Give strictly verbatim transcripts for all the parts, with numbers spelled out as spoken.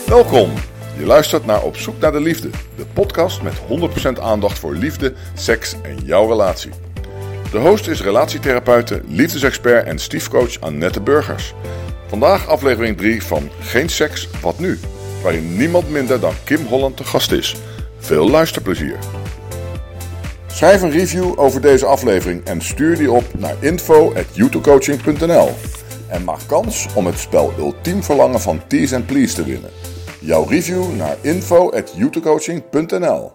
Welkom! Je luistert naar Op zoek naar de liefde, de podcast met honderd procent aandacht voor liefde, seks en jouw relatie. De host is relatietherapeute, liefdesexpert en stiefcoach Annette Burgers. Vandaag aflevering drie van Geen Seks, Wat Nu? Waarin niemand minder dan Kim Holland te gast is. Veel luisterplezier! Schrijf een review over deze aflevering en stuur die op naar info at youtubecoaching punt n l. En maak kans om het spel Ultiem Verlangen van Tease and Please te winnen. Jouw review naar info at youtubecoaching punt n l.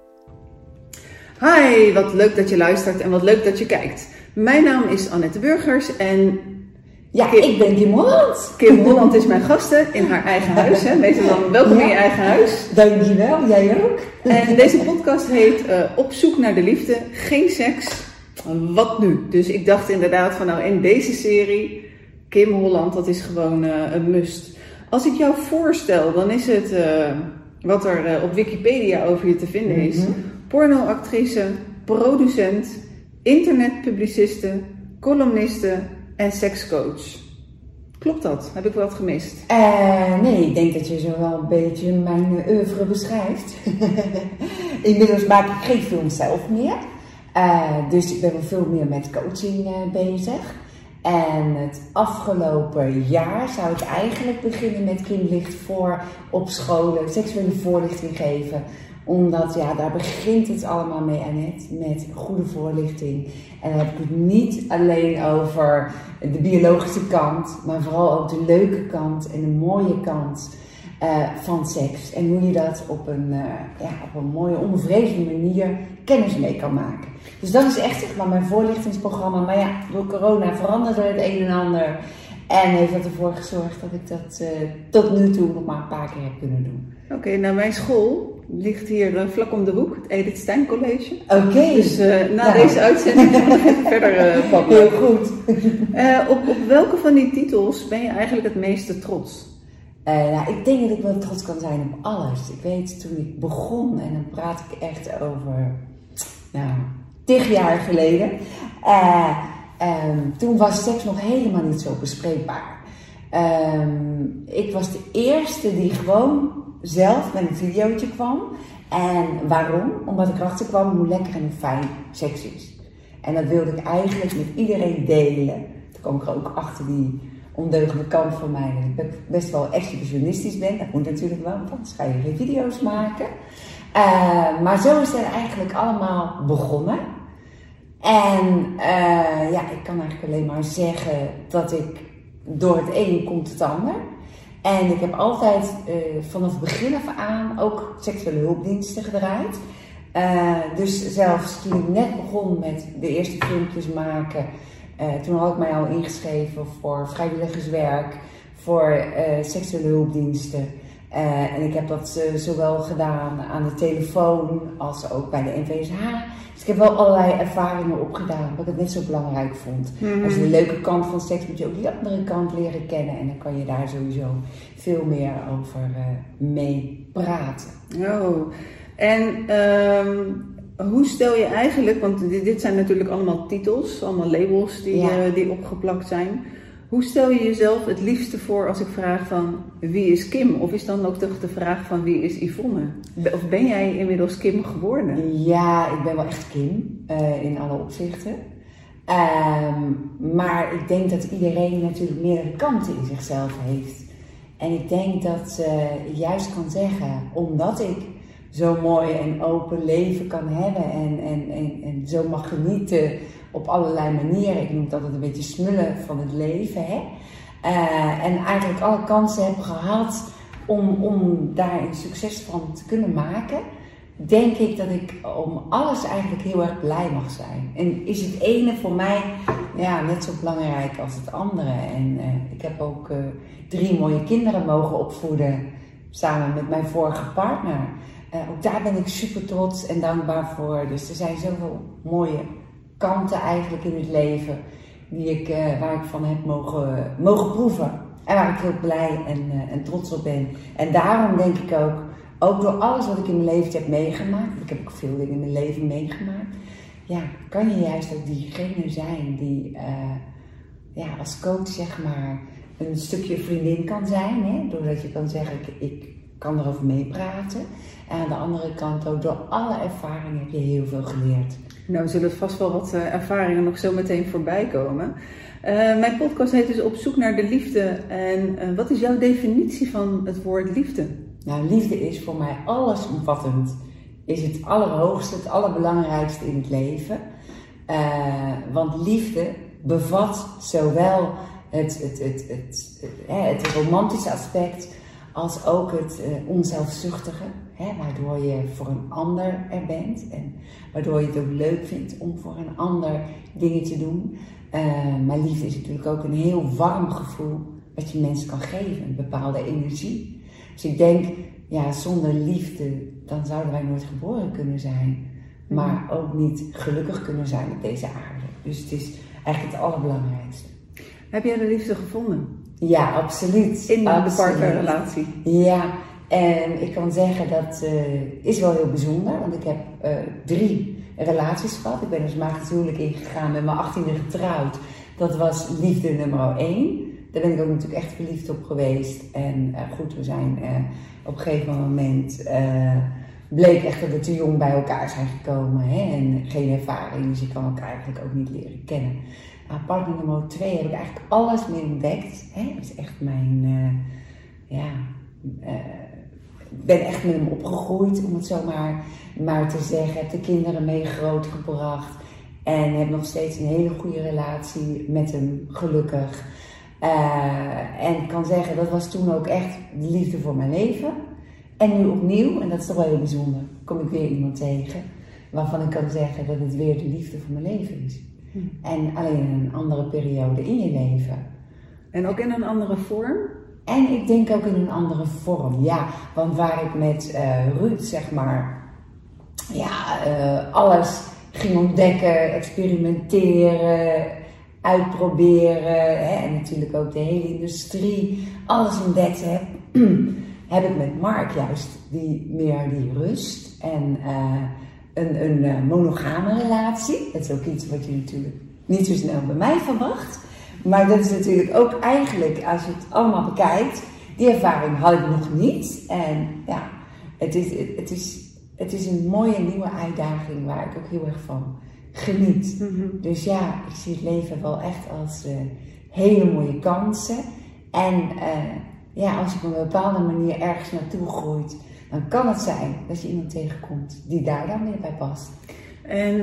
Hi, wat leuk dat je luistert en wat leuk dat je kijkt. Mijn naam is Annette Burgers en... Ja, Kim, ik ben Kim Holland. Kim Holland is mijn gasten in haar eigen huis. Hè? Meestal dan welkom ja. in je eigen huis. Dankjewel, jij ook. En deze podcast heet uh, Op zoek naar de liefde, geen seks, wat nu? Dus ik dacht inderdaad van nou in deze serie, Kim Holland, dat is gewoon uh, een must. Als ik jou voorstel, dan is het uh, wat er uh, op Wikipedia over je te vinden is. Mm-hmm. Pornoactrice, producent, internetpubliciste, columniste en sekscoach. Klopt dat? Heb ik wat gemist? Uh, nee, ik denk dat je zo wel een beetje mijn uh, oeuvre beschrijft. Inmiddels maak ik geen films zelf meer. Uh, dus ik ben wel veel meer met coaching uh, bezig. En het afgelopen jaar zou ik eigenlijk beginnen met Kim Licht voor op scholen, seksuele voorlichting geven. Omdat, ja, daar begint het allemaal mee, Annette, met goede voorlichting. En dan heb ik het niet alleen over de biologische kant, maar vooral ook de leuke kant en de mooie kant uh, van seks. En hoe je dat op een, uh, ja, op een mooie, onbevredigende manier kennis mee kan maken. Dus dat is echt zeg maar, mijn voorlichtingsprogramma. Maar ja, door corona veranderde het een en ander. En heeft dat ervoor gezorgd dat ik dat uh, tot nu toe nog maar een paar keer heb kunnen doen. Oké, okay, nou mijn school ligt hier uh, vlak om de hoek, het Edith Stein College. Oké. Okay. Dus uh, na nou. deze uitzending gaan we nog even verder uh, babbelen. Heel goed. uh, op, op welke van die titels ben je eigenlijk het meeste trots? Uh, nou, ik denk dat ik wel trots kan zijn op alles. Ik weet, toen ik begon, en dan praat ik echt over, nou, tig jaar geleden. Uh, um, toen was seks nog helemaal niet zo bespreekbaar. Um, ik was de eerste die gewoon zelf met een videootje kwam. En waarom? Omdat ik erachter kwam hoe lekker en fijn seks is. En dat wilde ik eigenlijk met iedereen delen. Toen kwam ik er ook achter die ondeugende kant van mij. Dat ik best wel exhibitionistisch ben. Dat moet natuurlijk wel, want anders ga je geen video's maken. Uh, maar zo is het eigenlijk allemaal begonnen. En uh, ja, ik kan eigenlijk alleen maar zeggen dat ik door het een komt het ander. En ik heb altijd uh, vanaf het begin af aan ook seksuele hulpdiensten gedraaid. Uh, dus zelfs toen ik net begon met de eerste filmpjes maken, uh, toen had ik mij al ingeschreven voor vrijwilligerswerk, voor uh, seksuele hulpdiensten. Uh, en ik heb dat uh, zowel gedaan aan de telefoon als ook bij de N V S H. Dus ik heb wel allerlei ervaringen opgedaan, wat ik het net zo belangrijk vond. Mm-hmm. Als je de leuke kant van seks moet je ook die andere kant leren kennen. En dan kan je daar sowieso veel meer over uh, mee praten. Oh, en um, hoe stel je eigenlijk, want dit, dit zijn natuurlijk allemaal titels, allemaal labels die, ja. uh, die opgeplakt zijn. Hoe stel je jezelf het liefste voor als ik vraag van wie is Kim? Of is dan ook toch de vraag van wie is Yvonne? Of ben jij inmiddels Kim geworden? Ja, ik ben wel echt Kim uh, in alle opzichten. Um, maar ik denk dat iedereen natuurlijk meerdere kanten in zichzelf heeft. En ik denk dat uh, ik juist kan zeggen, omdat ik zo'n mooi en open leven kan hebben en, en, en, en zo mag genieten op allerlei manieren. Ik noem dat het een beetje smullen van het leven. Hè? Uh, en eigenlijk alle kansen heb gehad om, om daar een succes van te kunnen maken. Denk ik dat ik om alles eigenlijk heel erg blij mag zijn. En is het ene voor mij ja, net zo belangrijk als het andere. En uh, ik heb ook uh, drie mooie kinderen mogen opvoeden samen met mijn vorige partner. Uh, ook daar ben ik super trots en dankbaar voor. Dus er zijn zoveel mooie kanten eigenlijk in het leven die ik, uh, waar ik van heb mogen, mogen proeven. En waar ik heel blij en, uh, en trots op ben. En daarom denk ik ook, ook door alles wat ik in mijn leven heb meegemaakt, ik heb ook veel dingen in mijn leven meegemaakt, ja, kan je juist ook diegene zijn die uh, ja, als coach zeg maar een stukje vriendin kan zijn. Hè? Doordat je kan zeggen, ik, ik kan erover meepraten. En aan de andere kant ook door alle ervaringen heb je heel veel geleerd. Nou, we zullen vast wel wat uh, ervaringen nog zo meteen voorbij komen. Uh, mijn podcast heet dus Op zoek naar de liefde. En uh, wat is jouw definitie van het woord liefde? Nou, liefde is voor mij allesomvattend. Is het allerhoogste, het allerbelangrijkste in het leven. Uh, want liefde bevat zowel het, het, het, het, het, het, het romantische aspect als ook het uh, onzelfzuchtige. Hè, waardoor je voor een ander er bent en waardoor je het ook leuk vindt om voor een ander dingen te doen. Uh, maar liefde is natuurlijk ook een heel warm gevoel wat je mensen kan geven, een bepaalde energie. Dus ik denk, ja, zonder liefde dan zouden wij nooit geboren kunnen zijn, maar ook niet gelukkig kunnen zijn op deze aarde. Dus het is eigenlijk het allerbelangrijkste. Heb jij de liefde gevonden? Ja, absoluut. In absoluut. de partnerrelatie? Ja, en ik kan zeggen dat uh, is wel heel bijzonder, want ik heb uh, drie relaties gehad. Ik ben dus maagd huwelijk ingegaan, met mijn achttiende getrouwd. Dat was liefde nummer één. Daar ben ik ook natuurlijk echt verliefd op geweest. En uh, goed, we zijn uh, op een gegeven moment, uh, bleek echt dat we te jong bij elkaar zijn gekomen. Hè? En geen ervaring, dus je kan elkaar eigenlijk ook niet leren kennen. Nou, partner nummer twee heb ik eigenlijk alles mee ontdekt. Hè? Dat is echt mijn, uh, ja... Uh, Ik ben echt met hem opgegroeid, om het zo maar, maar te zeggen. Heb de kinderen mee grootgebracht. En heb nog steeds een hele goede relatie met hem, gelukkig. Uh, en ik kan zeggen, dat was toen ook echt de liefde voor mijn leven. En nu opnieuw, en dat is toch wel heel bijzonder, kom ik weer iemand tegen. Waarvan ik kan zeggen dat het weer de liefde voor mijn leven is. Hm. En alleen in een andere periode in je leven. En ook in een andere vorm? En ik denk ook in een andere vorm, ja. Want waar ik met uh, Ruud, zeg maar, ja, uh, alles ging ontdekken, experimenteren, uitproberen. Hè, en natuurlijk ook de hele industrie, alles ontdekt heb, heb ik met Mark juist die, meer die rust en uh, een, een uh, monogame relatie. Dat is ook iets wat je natuurlijk niet zo snel bij mij verwacht. Maar dat is natuurlijk ook eigenlijk, als je het allemaal bekijkt, die ervaring had ik nog niet. En ja, het is, het is, het is een mooie nieuwe uitdaging waar ik ook heel erg van geniet. Mm-hmm. Dus ja, ik zie het leven wel echt als uh, hele mooie kansen. En uh, ja, als je op een bepaalde manier ergens naartoe groeit, dan kan het zijn dat je iemand tegenkomt die daar dan weer bij past. En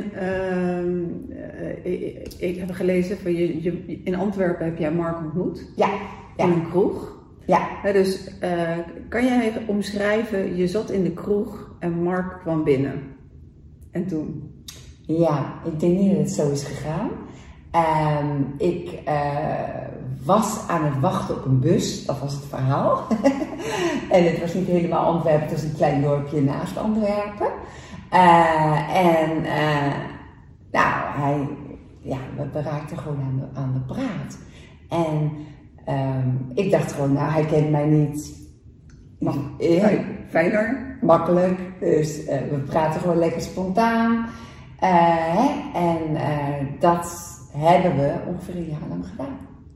uh, ik, ik heb gelezen van je, je, in Antwerpen heb jij Mark ontmoet. Ja. ja. In een kroeg. Ja. ja dus uh, kan jij even omschrijven, je zat in de kroeg en Mark kwam binnen. En toen? Ja, ik denk niet dat het zo is gegaan. Um, ik uh, was aan het wachten op een bus, dat was het verhaal. En het was niet helemaal Antwerpen, het was een klein dorpje naast Antwerpen. Uh, en uh, nou, hij, ja, we, we raakten gewoon aan de, aan de praat. En um, ik dacht gewoon, nou, hij kent mij niet. Mag, ja, fijner. Makkelijk. Dus uh, we praten gewoon lekker spontaan. Uh, hè? En uh, dat hebben we ongeveer een jaar lang gedaan.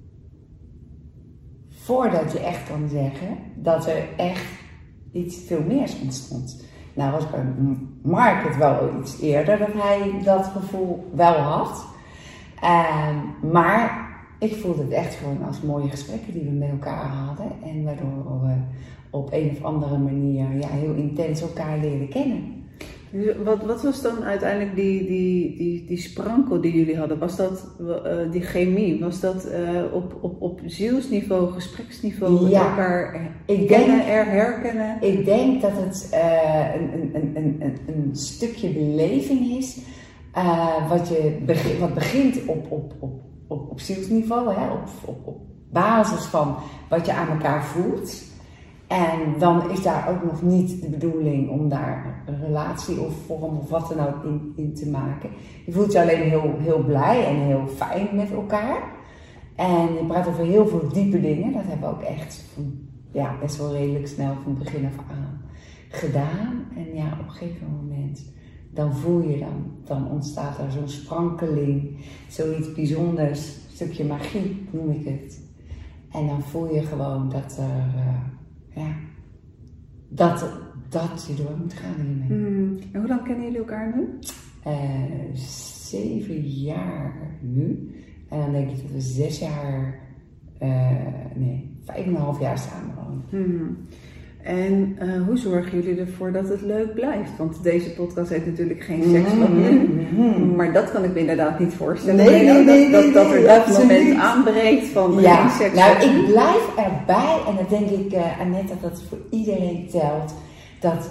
Voordat je echt kan zeggen dat er echt iets veel meer ontstond. Nou was bij Mark het wel iets eerder dat hij dat gevoel wel had. Uh, maar ik voelde het echt gewoon als mooie gesprekken die we met elkaar hadden. En waardoor we op een of andere manier ja, heel intens elkaar leren kennen. Wat, wat was dan uiteindelijk die, die, die, die sprankel die jullie hadden? Was dat uh, die chemie? Was dat uh, op, op, op zielsniveau, gespreksniveau, ja, elkaar ik kennen, denk, er herkennen? Ik denk dat het uh, een, een, een, een, een stukje beleving is uh, wat, je begint, wat begint op, op, op, op, op zielsniveau, hè? Op, op, op basis van wat je aan elkaar voelt. En dan is daar ook nog niet de bedoeling om daar een relatie of vorm of wat dan ook in, in te maken. Je voelt je alleen heel, heel blij en heel fijn met elkaar. En je praat over heel veel diepe dingen. Dat hebben we ook echt van, ja, best wel redelijk snel van begin af aan gedaan. En ja, op een gegeven moment, dan voel je dan, dan ontstaat er zo'n sprankeling, zoiets bijzonders, een stukje magie noem ik het. En dan voel je gewoon dat er... Uh, Ja, dat, dat je door moet gaan hiermee. Mm. En hoe lang kennen jullie elkaar nu? Uh, zeven jaar nu. En dan denk ik dat we zes jaar, uh, nee, vijf en een half jaar samen wonen. Mm. En uh, hoe zorgen jullie ervoor dat het leuk blijft? Want deze podcast heeft natuurlijk geen seks wat nu. Mm-hmm. Maar dat kan ik me inderdaad niet voorstellen. Nee, nee, nee, dat, nee, dat, dat er nee, dat moment aanbreekt van ja, geen seks. Nou, ik blijf erbij. En dan denk ik, uh, Annette, dat dat voor iedereen telt. Dat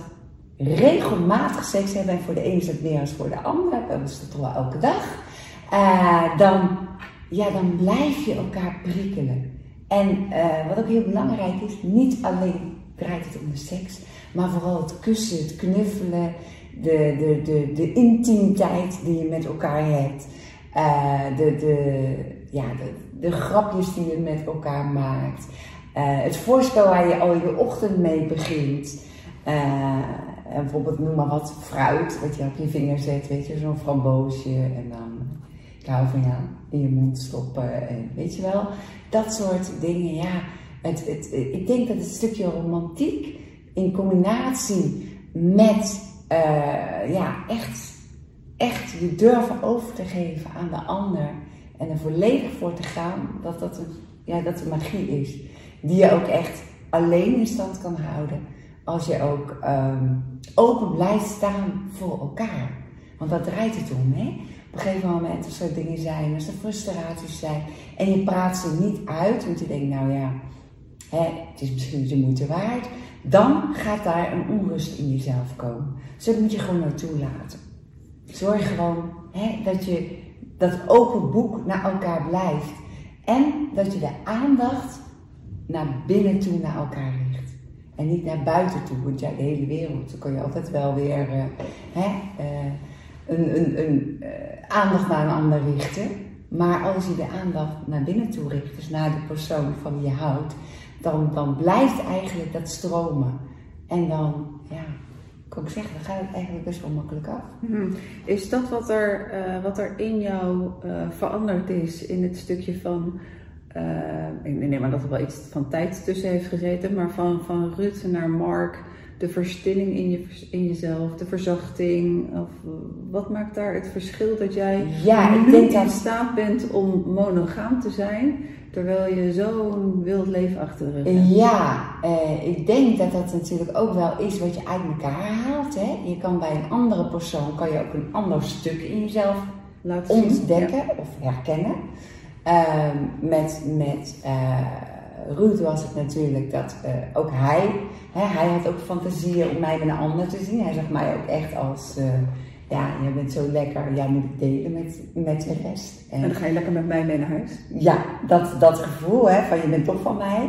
regelmatig seks hebben. En voor de ene is het meer dan voor de ander. Dat is toch wel elke dag. Uh, dan, ja, dan blijf je elkaar prikkelen. En uh, wat ook heel belangrijk is, niet alleen draait het om de seks, maar vooral het kussen, het knuffelen, de, de, de, de intimiteit die je met elkaar hebt, uh, de, de, ja, de, de grapjes die je met elkaar maakt, uh, het voorstel waar je al je ochtend mee begint, uh, en bijvoorbeeld noem maar wat fruit, wat je op je vinger zet, weet je, zo'n framboosje en dan ik hou van jou in je mond stoppen en weet je wel, dat soort dingen, ja. Het, het, ik denk dat het stukje romantiek in combinatie met uh, ja, echt, echt je durven over te geven aan de ander en er volledig voor te gaan, dat dat een, ja, dat een magie is. Die je ook echt alleen in stand kan houden als je ook um, open blijft staan voor elkaar. Want dat draait het om, hè? Op een gegeven moment als er dingen zijn, als er frustraties zijn en je praat ze niet uit, want je denkt nou ja, hè, het is misschien de moeite waard, dan gaat daar een onrust in jezelf komen. Dus dat moet je gewoon naartoe laten. Zorg gewoon hè, dat je dat open boek naar elkaar blijft. En dat je de aandacht naar binnen toe naar elkaar richt. En niet naar buiten toe, want ja, de hele wereld, dan kan je altijd wel weer uh, hè, uh, een, een, een uh, aandacht naar een ander richten. Maar als je de aandacht naar binnen toe richt, dus naar de persoon van wie je houdt, dan, dan blijft eigenlijk dat stromen. En dan, ja, kan ik zeggen, dan gaat het eigenlijk best wel makkelijk af. Hmm. Is dat wat er, uh, wat er in jou uh, veranderd is in het stukje van, uh, ik neem maar dat er wel iets van tijd tussen heeft gezeten, maar van, van Ruud naar Mark, de verstilling in, je, in jezelf, de verzachting, of wat maakt daar het verschil dat jij ja, ik nu denk in dat... staat bent om monogaam te zijn, terwijl je zo'n wild leven achter de rug hebt? Ja, eh, ik denk dat dat natuurlijk ook wel is wat je uit elkaar haalt. Hè? Je kan bij een andere persoon kan je ook een ander stuk in jezelf Laten zien, ontdekken ja. of herkennen. Uh, met met uh, Ruud was het natuurlijk dat uh, ook hij, hè, hij had ook fantasieën om mij met een ander te zien. Hij zag mij ook echt als, uh, ja, je bent zo lekker, jij moet ik delen met, met de rest. En, en dan ga je lekker met mij mee naar huis? Ja, dat, dat gevoel hè, van je bent toch van mij.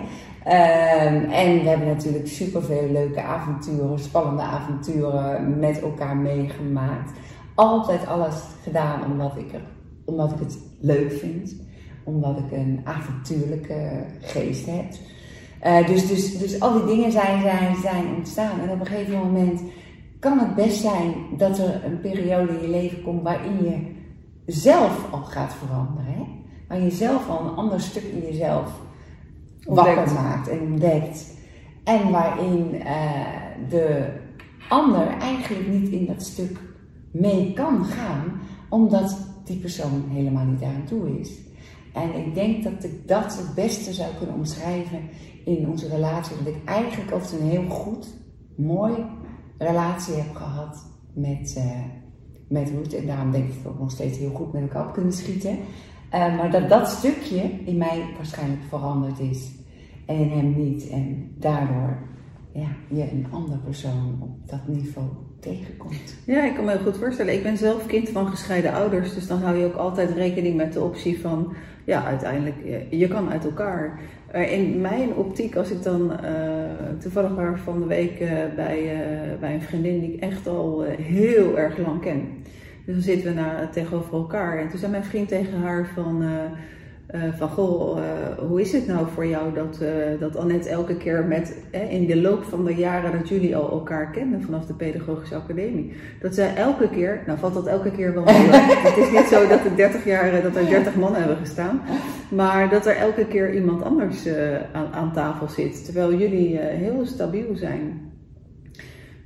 Um, en we hebben natuurlijk superveel leuke avonturen, spannende avonturen met elkaar meegemaakt. Altijd alles gedaan omdat ik, er, omdat ik het leuk vind. Omdat ik een avontuurlijke geest heb. Uh, dus, dus, dus al die dingen zijn, zijn, zijn ontstaan. En op een gegeven moment kan het best zijn dat er een periode in je leven komt waarin je zelf al gaat veranderen. Hè? Waar je zelf al een ander stuk in jezelf ontdekt. wakker maakt en ontdekt. En waarin uh, de ander eigenlijk niet in dat stuk mee kan gaan, omdat die persoon helemaal niet daar aan toe is. En ik denk dat ik dat het beste zou kunnen omschrijven in onze relatie. Dat ik eigenlijk altijd een heel goed, mooi relatie heb gehad met, uh, met Ruud. En daarom denk ik dat we ook nog steeds heel goed met elkaar op kunnen schieten. Uh, maar dat dat stukje in mij waarschijnlijk veranderd is. En in hem niet. En daardoor ja, je een andere persoon op dat niveau tegenkomt. Ja, ik kan me heel goed voorstellen. Ik ben zelf kind van gescheiden ouders. Dus dan hou je ook altijd rekening met de optie van, ja, uiteindelijk, je, je kan uit elkaar. In mijn optiek, als ik dan uh, toevallig waar van de week uh, bij, uh, bij een vriendin die ik echt al uh, heel erg lang ken. Dus dan zitten we naar, tegenover elkaar. En toen zei mijn vriend tegen haar van, uh, uh, van goh, uh, hoe is het nou voor jou dat, uh, dat Annette elke keer met, eh, in de loop van de jaren dat jullie al elkaar kenden vanaf de pedagogische academie, dat zij elke keer, nou valt dat elke keer wel mee. Het is niet zo dat er dertig jaar, dat er dertig mannen hebben gestaan, maar dat er elke keer iemand anders uh, aan, aan tafel zit, terwijl jullie uh, heel stabiel zijn.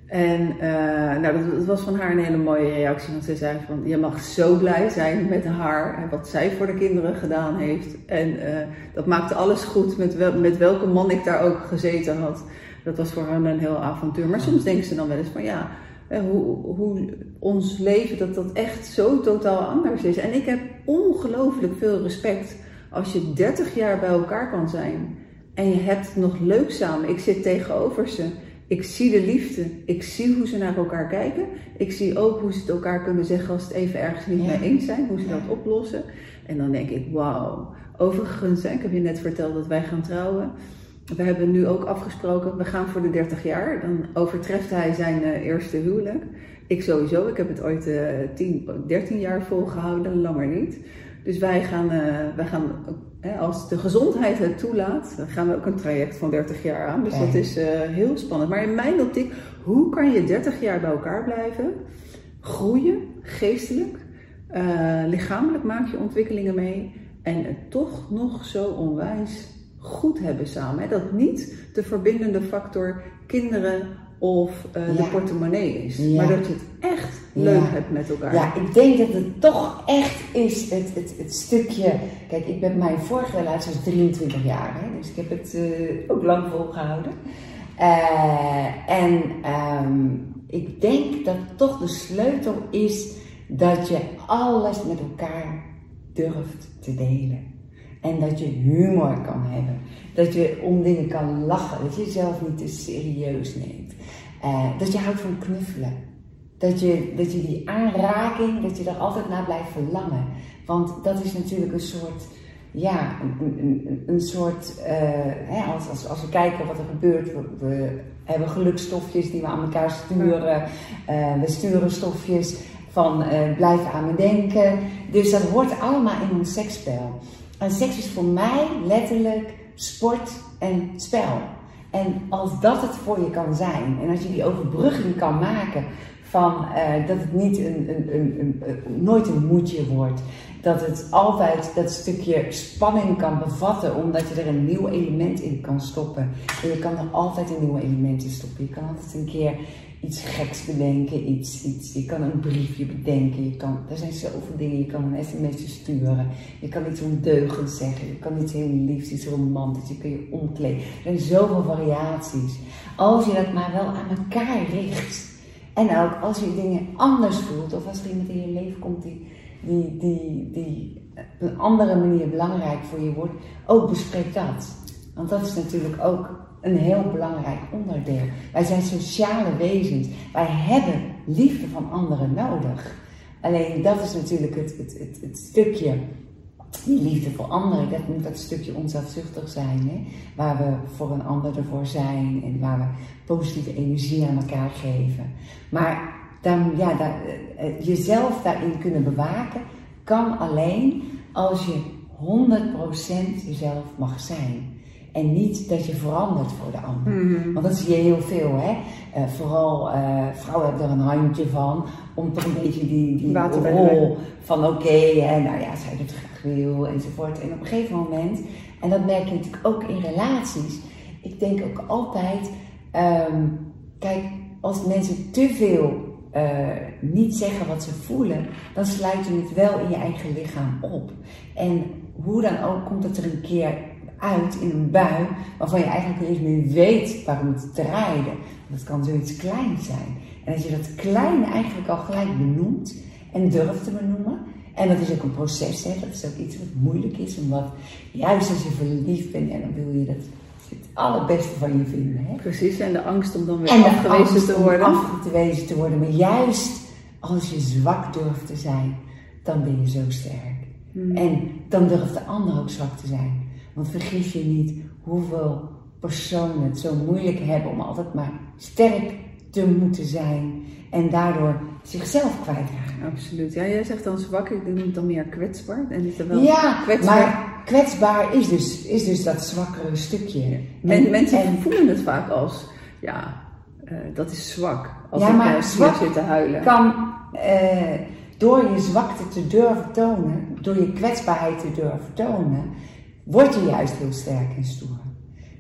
En uh, nou, dat, dat was van haar een hele mooie reactie. Want ze zei van, je mag zo blij zijn met haar en wat zij voor de kinderen gedaan heeft. En uh, dat maakte alles goed met, wel, met welke man ik daar ook gezeten had. Dat was voor hen een heel avontuur. Maar soms denken ze dan wel eens van, ja, hoe, hoe ons leven, dat dat echt zo totaal anders is. En ik heb ongelooflijk veel respect als je dertig jaar bij elkaar kan zijn. En je hebt nog leuk samen. Ik zit tegenover ze. Ik zie de liefde. Ik zie hoe ze naar elkaar kijken. Ik zie ook hoe ze het elkaar kunnen zeggen als ze het even ergens niet ja. mee eens zijn. Hoe ze dat oplossen. En dan denk ik, wauw. Overigens, ik heb je net verteld dat wij gaan trouwen. We hebben nu ook afgesproken, we gaan voor de dertig jaar. Dan overtreft hij zijn uh, eerste huwelijk. Ik sowieso. Ik heb het ooit uh, tien, dertien jaar volgehouden. Langer niet. Dus wij gaan, uh, wij gaan hè, als de gezondheid het toelaat, dan gaan we ook een traject van dertig jaar aan. Dus okay. dat is uh, heel spannend. Maar in mijn optiek, hoe kan je dertig jaar bij elkaar blijven? Groeien, geestelijk, uh, lichamelijk maak je ontwikkelingen mee. En het toch nog zo onwijs goed hebben samen. Hè? Dat niet de verbindende factor kinderen of uh, ja. de portemonnee is. Ja. Maar dat je het echt leuk ja. hebt met elkaar. Ja, ik denk dat het toch echt is het, het, het stukje... Kijk, ik ben mijn vorige relatie was drieëntwintig jaar. Hè? Dus ik heb het uh, ook lang volgehouden. Uh, en um, ik denk dat toch de sleutel is dat je alles met elkaar durft te delen. En dat je humor kan hebben. Dat je om dingen kan lachen. Dat je jezelf niet te serieus neemt. Uh, dat je houdt van knuffelen. Dat je, dat je die aanraking, dat je er altijd naar blijft verlangen. Want dat is natuurlijk een soort, ja, een, een, een soort, uh, hè, als, als, als we kijken wat er gebeurt. We, we hebben gelukstofjes die we aan elkaar sturen. Uh, we sturen stofjes van uh, blijf aan me denken. Dus dat hoort allemaal in ons seksspel. En seks is voor mij letterlijk sport en spel. En als dat het voor je kan zijn, en als je die overbrugging kan maken van uh, dat het niet een, een, een, een, een, nooit een moedje wordt, dat het altijd dat stukje spanning kan bevatten, omdat je er een nieuw element in kan stoppen. En je kan er altijd een nieuw element in stoppen. Je kan altijd een keer iets geks bedenken, iets, iets, je kan een briefje bedenken, je kan, er zijn zoveel dingen, je kan een sms'je sturen, je kan iets ondeugend zeggen, je kan iets heel liefs, iets romantisch, je kun je omkleden. Er zijn zoveel variaties. Als je dat maar wel aan elkaar richt en ook als je dingen anders voelt of als er iemand in je leven komt die, die, die, die op een andere manier belangrijk voor je wordt, ook bespreek dat. Want dat is natuurlijk ook een heel belangrijk onderdeel. Wij zijn sociale wezens. Wij hebben liefde van anderen nodig. Alleen dat is natuurlijk het, het, het, het stukje, die liefde voor anderen, dat moet dat stukje onzelfzuchtig zijn. Hè? Waar we voor een ander ervoor zijn en waar we positieve energie aan elkaar geven. Maar dan, ja, daar, jezelf daarin kunnen bewaken kan alleen als je honderd procent jezelf mag zijn. En niet dat je verandert voor de ander. Mm-hmm. Want dat zie je heel veel, hè. Uh, vooral uh, vrouwen hebben er een handje van. Om toch een beetje die, die rol van oké, okay, nou ja, zij doet graag wil enzovoort. En op een gegeven moment, en dat merk je natuurlijk ook in relaties. Ik denk ook altijd, um, kijk, als mensen te veel uh, niet zeggen wat ze voelen, dan sluit je het wel in je eigen lichaam op. En hoe dan ook komt het er een keer uit in een bui waarvan je eigenlijk niet eens meer weet waarom het te rijden. Dat kan zoiets kleins zijn. En als je dat kleine eigenlijk al gelijk benoemt en durft te benoemen, en dat is ook een proces, hè, dat is ook iets wat moeilijk is, omdat juist als je verliefd bent, en dan wil je dat het allerbeste van je vinden. Hè. Precies, en de angst om dan weer en afgewezen te worden. afgewezen te worden. Maar juist als je zwak durft te zijn, dan ben je zo sterk. Hmm. En dan durft de ander ook zwak te zijn. Want vergis je niet hoeveel personen het zo moeilijk hebben om altijd maar sterk te moeten zijn en daardoor zichzelf kwijtraken. Absoluut. Ja, jij zegt dan zwak, ik noem het dan meer kwetsbaar. En is er wel ja, kwetsbaar. Maar kwetsbaar is dus, is dus dat zwakkere stukje. Ja. Men, en, mensen en, voelen het vaak als, ja, uh, dat is zwak. Als ja, ik maar uh, zwak zit te huilen. Kan, uh, door je zwakte te durven tonen, door je kwetsbaarheid te durven tonen, word je juist heel sterk en stoer.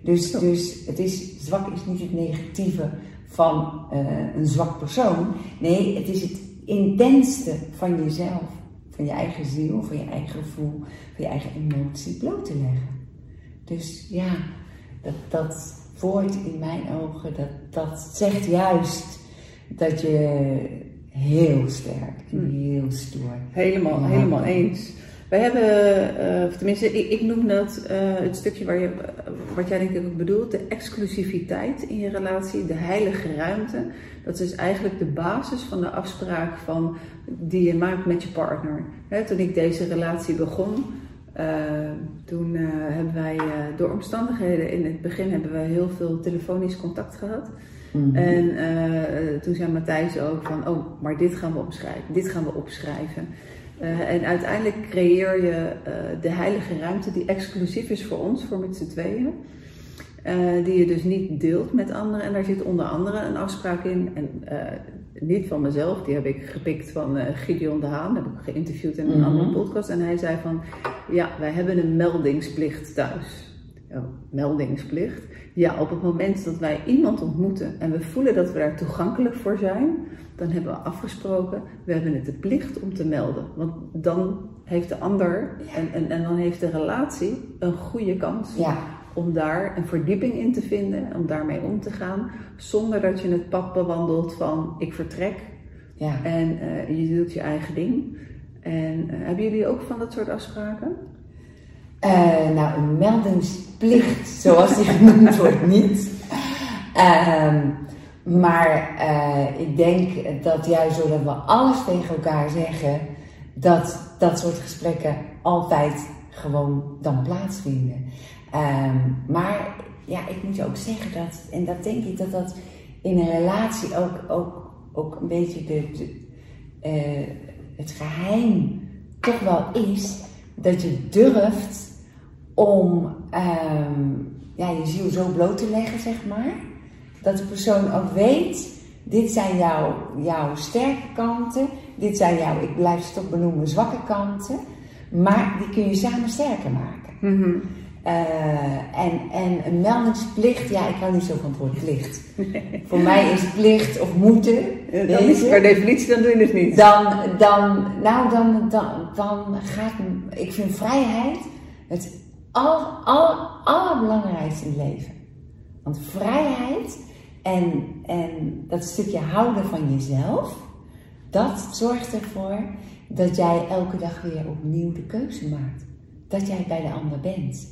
Dus, dus het is, zwak is niet het negatieve van uh, een zwak persoon. Nee, het is het intenste van jezelf. Van je eigen ziel, van je eigen gevoel, van je eigen emotie bloot te leggen. Dus ja, dat, dat woord in mijn ogen, dat, dat zegt juist dat je heel sterk en heel stoer. Helemaal, ja. helemaal eens. Wij hebben, uh, tenminste, ik, ik noem dat uh, het stukje waar je, wat jij denk ik ook bedoelt, de exclusiviteit in je relatie, de heilige ruimte. Dat is eigenlijk de basis van de afspraak van, die je maakt met je partner. He, toen ik deze relatie begon, uh, toen uh, hebben wij uh, door omstandigheden, in het begin hebben we heel veel telefonisch contact gehad. Mm-hmm. En uh, toen zei Matthijs ook van, oh, maar dit gaan we opschrijven, dit gaan we opschrijven. Uh, en uiteindelijk creëer je uh, de heilige ruimte die exclusief is voor ons, voor met z'n tweeën. Uh, die je dus niet deelt met anderen. En daar zit onder andere een afspraak in. En uh, niet van mezelf, die heb ik gepikt van uh, Gideon de Haan. Dat heb ik geïnterviewd in een mm-hmm. andere podcast. En hij zei van, ja, wij hebben een meldingsplicht thuis. Oh, meldingsplicht? Ja, op het moment dat wij iemand ontmoeten en we voelen dat we daar toegankelijk voor zijn, dan hebben we afgesproken, we hebben het de plicht om te melden. Want dan heeft de ander ja. en, en, en dan heeft de relatie een goede kans ja. om daar een verdieping in te vinden, om daarmee om te gaan, zonder dat je het pad bewandelt van ik vertrek ja. en uh, je doet je eigen ding. En uh, hebben jullie ook van dat soort afspraken? Uh, nou, een meldingsplicht, zoals die genoemd wordt, niet. Uh, maar uh, ik denk dat juist doordat we alles tegen elkaar zeggen, dat dat soort gesprekken altijd gewoon dan plaatsvinden. Uh, maar ja, ik moet je ook zeggen dat, en dat denk ik dat dat in een relatie ook, ook, ook een beetje de, de, uh, het geheim toch wel is, dat je durft om um, ja, je ziel zo bloot te leggen, zeg maar. Dat de persoon ook weet, dit zijn jouw, jouw sterke kanten, dit zijn jouw, ik blijf ze toch benoemen, zwakke kanten. Maar die kun je samen sterker maken. Mm-hmm. Uh, en, en een meldingsplicht, ja, ik hou niet zo van het woord plicht. Nee. Voor mij is plicht of moeten. Ja, dan is per definitie, dan doe je het niet. Dan, dan, nou, dan, dan, dan gaat, ik vind vrijheid het aller, aller, allerbelangrijkste in het leven. Want vrijheid en, en dat stukje houden van jezelf, dat zorgt ervoor dat jij elke dag weer opnieuw de keuze maakt. Dat jij bij de ander bent.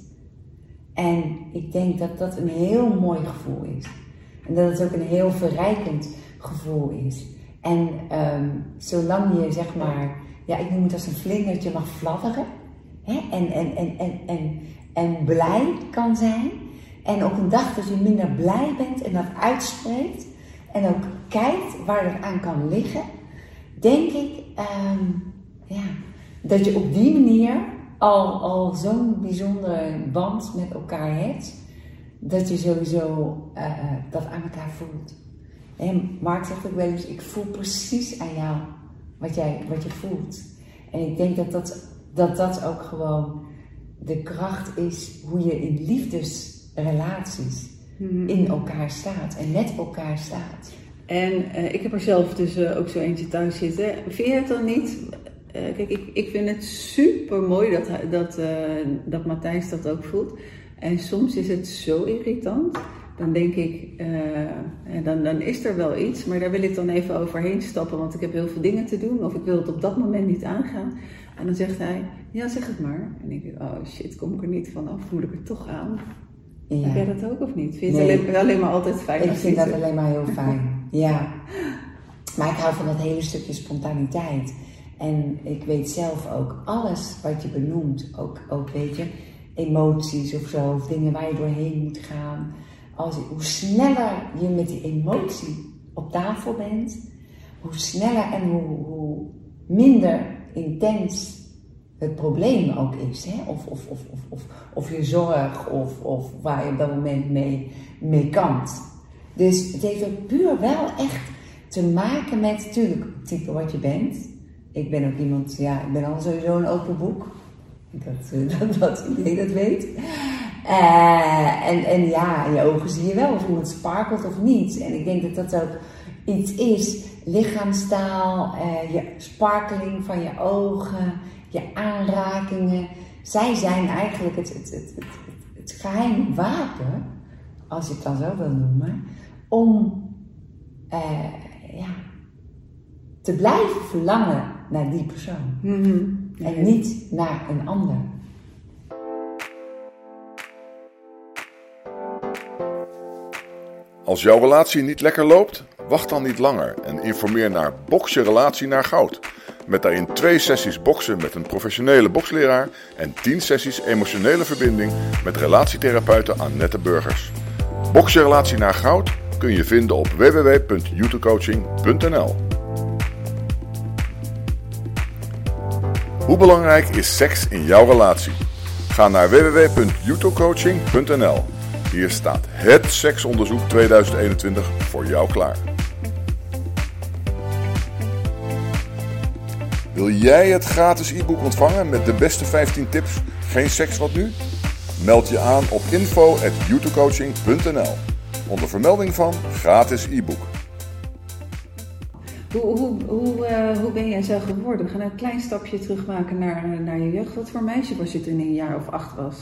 En ik denk dat dat een heel mooi gevoel is. En dat het ook een heel verrijkend gevoel is. En um, zolang je, zeg maar, ja, ik noem het als een vlindertje mag fladderen. Hè, en, en, en, en, en, en blij kan zijn. En op een dag dat je minder blij bent en dat uitspreekt. En ook kijkt waar het aan kan liggen. Denk ik um, ja, dat je op die manier al, al zo'n bijzondere band met elkaar hebt. Dat je sowieso uh, dat aan elkaar voelt. En Mark zegt ook wel eens, ik voel precies aan jou wat, jij, wat je voelt. En ik denk dat dat, dat dat ook gewoon de kracht is hoe je in liefdesrelaties mm-hmm. in elkaar staat en met elkaar staat. En uh, ik heb er zelf dus uh, ook zo eentje thuis zitten. Vind je het dan niet? Uh, kijk, ik, ik vind het super mooi dat, dat, uh, dat Matthijs dat ook voelt. En soms is het zo irritant. Dan denk ik, uh, dan, dan is er wel iets, maar daar wil ik dan even overheen stappen, want ik heb heel veel dingen te doen. Of ik wil het op dat moment niet aangaan. En dan zegt hij, ja, zeg het maar. En dan denk ik, oh shit, kom ik er niet vanaf, moet ik er toch aan? Ja. Heb jij dat ook of niet? Vind je nee. het alleen, alleen maar altijd fijn? Ik vind dat alleen maar heel fijn, ja. Maar ik hou van dat hele stukje spontaniteit. En ik weet zelf ook, alles wat je benoemt, ook, ook weet je, emoties of zo, of dingen waar je doorheen moet gaan. Als, hoe sneller je met die emotie op tafel bent, hoe sneller en hoe, hoe minder intens het probleem ook is. Hè? Of, of, of, of, of, of je zorg, of, of waar je op dat moment mee, mee kampt. Dus het heeft ook puur wel echt te maken met, natuurlijk, het type wat je bent. Ik ben ook iemand, ja, ik ben al sowieso een open boek. Dat, dat, dat iedereen dat weet. Uh, en, en ja, in je ogen zie je wel of iemand sparkelt of niet. En ik denk dat dat ook iets is. Lichaamstaal, uh, je sparkeling van je ogen, je aanrakingen. Zij zijn eigenlijk het, het, het, het, het geheime wapen, als je het dan zo wil noemen, om uh, ja, te blijven verlangen naar die persoon. Mm-hmm. En ja. niet naar een ander. Als jouw relatie niet lekker loopt, wacht dan niet langer en informeer naar Boks je relatie naar goud. Met daarin twee sessies boksen met een professionele boksleraar en tien sessies emotionele verbinding met relatietherapeute Annette Burgers. Boks je relatie naar goud kun je vinden op w w w punt youtubecoaching punt n l. Hoe belangrijk is seks in jouw relatie? Ga naar w w w punt youtubecoaching punt n l. Hier staat het seksonderzoek tweeduizend eenentwintig voor jou klaar. Wil jij het gratis e-book ontvangen met de beste vijftien tips? Geen seks, wat nu? Meld je aan op info at youtubecoaching punt n l onder vermelding van gratis e-book. Hoe, hoe, hoe, uh, hoe ben jij zo geworden? We gaan een klein stapje terugmaken naar, naar je jeugd. Wat voor meisje was je toen je een jaar of acht was?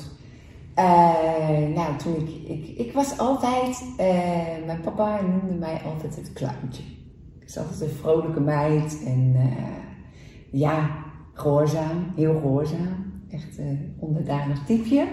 Uh, nou, toen ik, ik... Ik was altijd... Uh, mijn papa noemde mij altijd het clowntje. Ik was altijd een vrolijke meid en... Uh, ja, gehoorzaam. Heel gehoorzaam. Echt een uh, onderdanig typeje.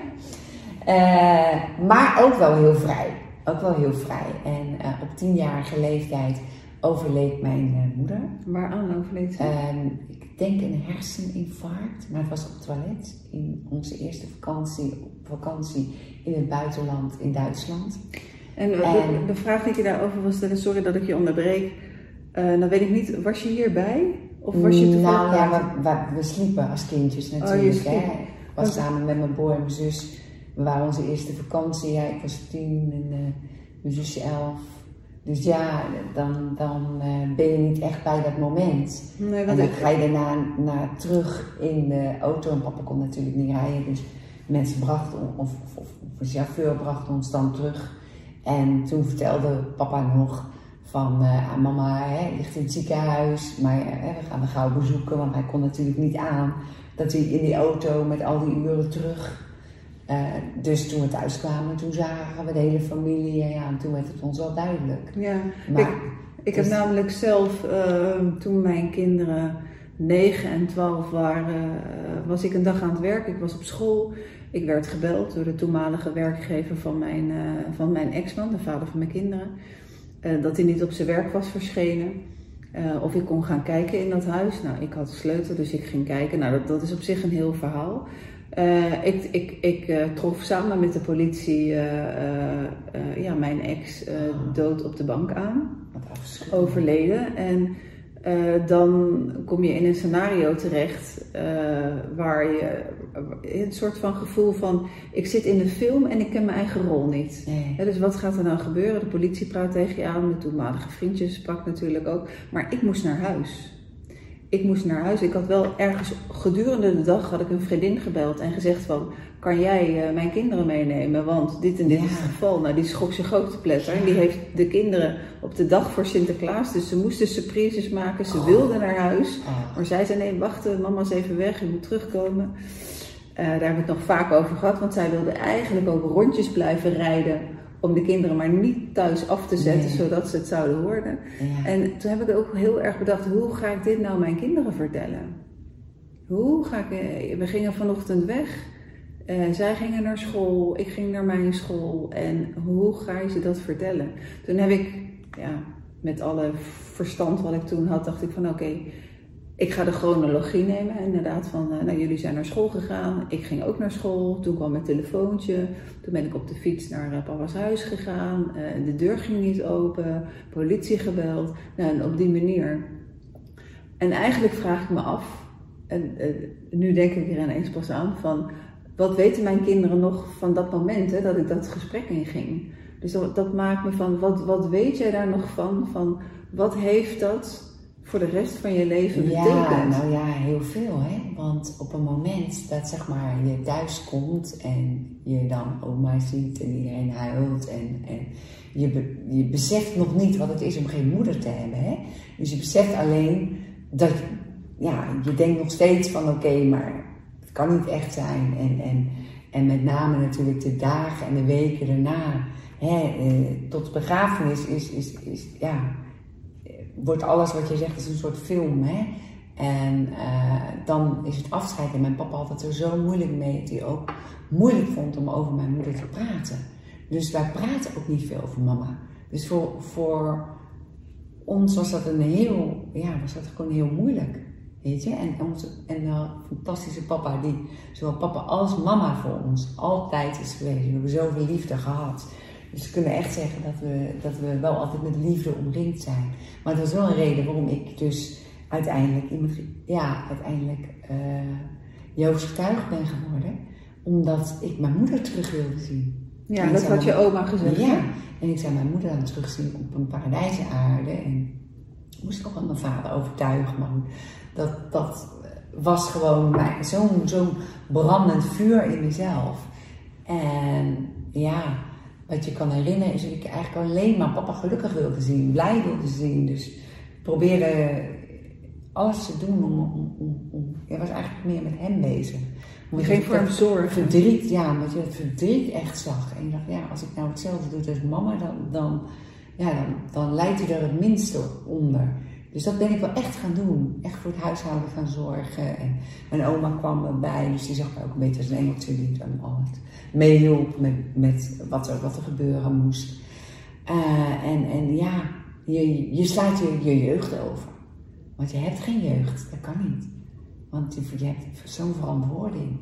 Uh, maar ook wel heel vrij. Ook wel heel vrij. En uh, op tienjarige leeftijd overleed mijn uh, moeder. Waaraan overleed ze? Uh, ik denk een herseninfarct, maar het was op het toilet. In onze eerste vakantie, op vakantie in het buitenland in Duitsland. En, en de, de vraag die ik je daarover wil stellen, sorry dat ik je onderbreek. Uh, dan weet ik niet, was je hierbij? Of was je toevallig? Nou ja, we, we, we sliepen als kindjes natuurlijk. Oh, hè. Ik was samen met mijn broer en mijn zus. We waren onze eerste vakantie. Ja, ik was tien en uh, mijn zusje elf. Dus ja, dan, dan uh, ben je niet echt bij dat moment. Nee, en dan ga je daarna naar terug in de auto. En papa kon natuurlijk niet rijden. Dus mensen brachten, of, of, of een chauffeur bracht ons dan terug. En toen vertelde papa nog van uh, mama hè, ligt in het ziekenhuis. Maar uh, we gaan haar gauw bezoeken. Want hij kon natuurlijk niet aan dat hij in die auto met al die uren terug... Uh, dus toen we thuis kwamen, toen zagen we de hele familie en, ja, en toen werd het ons wel duidelijk. Ja, maar, ik, ik dus... heb namelijk zelf, uh, toen mijn kinderen negen en twaalf waren, uh, was ik een dag aan het werk. Ik was op school. Ik werd gebeld door de toenmalige werkgever van mijn, uh, van mijn ex-man, de vader van mijn kinderen. Uh, dat hij niet op zijn werk was verschenen. Uh, of ik kon gaan kijken in dat huis. Nou, ik had de sleutel, dus ik ging kijken. Nou, dat, dat is op zich een heel verhaal. Uh, ik ik, ik uh, trof samen met de politie uh, uh, uh, ja, mijn ex uh, dood op de bank aan, overleden. En uh, dan kom je in een scenario terecht uh, waar je uh, een soort van gevoel van, ik zit in de film en ik ken mijn eigen rol niet. Nee. Ja, dus wat gaat er dan gebeuren? De politie praat tegen je aan, de toenmalige vriendjes sprak natuurlijk ook, maar ik moest naar huis. Ik moest naar huis. Ik had wel ergens gedurende de dag had ik een vriendin gebeld en gezegd van, kan jij uh, mijn kinderen meenemen? Want dit en dit ja. is het geval. Nou, die schrok zich ook te pletter. En die heeft de kinderen op de dag voor Sinterklaas. Dus ze moesten surprises maken. Ze oh. wilden naar huis. Oh. Maar zij zei, nee, wacht, mama is even weg. Je moet terugkomen. Uh, daar hebben we het nog vaak over gehad. Want zij wilde eigenlijk ook rondjes blijven rijden. Om de kinderen maar niet thuis af te zetten, nee. zodat ze het zouden horen. Ja. En toen heb ik ook heel erg bedacht, hoe ga ik dit nou mijn kinderen vertellen? Hoe ga ik... We gingen vanochtend weg. Uh, zij gingen naar school, ik ging naar mijn school. En hoe ga je ze dat vertellen? Toen heb ik, ja, met alle verstand wat ik toen had, dacht ik van oké, okay, ik ga de chronologie nemen. Inderdaad van, uh, nou jullie zijn naar school gegaan. Ik ging ook naar school. Toen kwam mijn telefoontje. Toen ben ik op de fiets naar uh, papa's huis gegaan. Uh, de deur ging niet open. Politie gebeld. Nou, en op die manier. En eigenlijk vraag ik me af. En uh, nu denk ik er ineens pas aan van, wat weten mijn kinderen nog van dat moment, hè, dat ik dat gesprek inging. Dus dat, dat maakt me van, wat, wat weet jij daar nog van? Van wat heeft dat voor de rest van je leven ja, betekent. Nou ja, heel veel. Hè? Want op een moment dat zeg maar, je thuis komt en je dan oma ziet en iedereen huilt en, en je, be, je beseft nog niet wat het is om geen moeder te hebben. Hè? Dus je beseft alleen dat ja, je denkt nog steeds van oké, okay, maar het kan niet echt zijn. En, en, en met name natuurlijk de dagen en de weken daarna, hè, eh, tot de begrafenis is, is, is, ja, wordt alles wat je zegt is een soort film. Hè? En uh, dan is het afscheid. En mijn papa had het er zo moeilijk mee dat hij ook moeilijk vond om over mijn moeder te praten. Dus wij praten ook niet veel over mama. Dus voor, voor ons was dat een heel, ja, was dat gewoon heel moeilijk. Weet je? En onze en, uh, fantastische papa, die zowel papa als mama voor ons altijd is geweest. We hebben zoveel liefde gehad. Dus we kunnen echt zeggen dat we, dat we wel altijd met liefde omringd zijn. Maar dat is wel een reden waarom ik dus uiteindelijk, ja, uiteindelijk uh, Jehovah's getuige ben geworden. Omdat ik mijn moeder terug wilde zien. Ja, en dat had je oma gezegd. Ja, en ik zou mijn moeder dan terugzien op een paradijse aarde. En ik moest ook aan mijn vader overtuigen. Maar dat, dat was gewoon zo'n zo'n brandend vuur in mezelf. En ja, wat je kan herinneren is dat ik eigenlijk alleen maar papa gelukkig wilde zien, blij wilde zien. Dus ik probeerde alles te doen om, om, om, om ja, was eigenlijk meer met hem bezig. Je ging voor hem zorgen. Verdriet, ja, omdat je het verdriet echt zag. En je dacht, ja, als ik nou hetzelfde doe als mama, dan, dan, ja, dan, dan leidt hij er het minste onder. Dus dat ben ik wel echt gaan doen. Echt voor het huishouden gaan zorgen. En mijn oma kwam erbij, dus die zag mij ook een beetje als een engeltje die dan altijd meehielp met, met wat, er, wat er gebeuren moest. Uh, en, en ja, je, je slaat je, je jeugd over. Want je hebt geen jeugd, dat kan niet. Want je, je hebt zo'n verantwoording.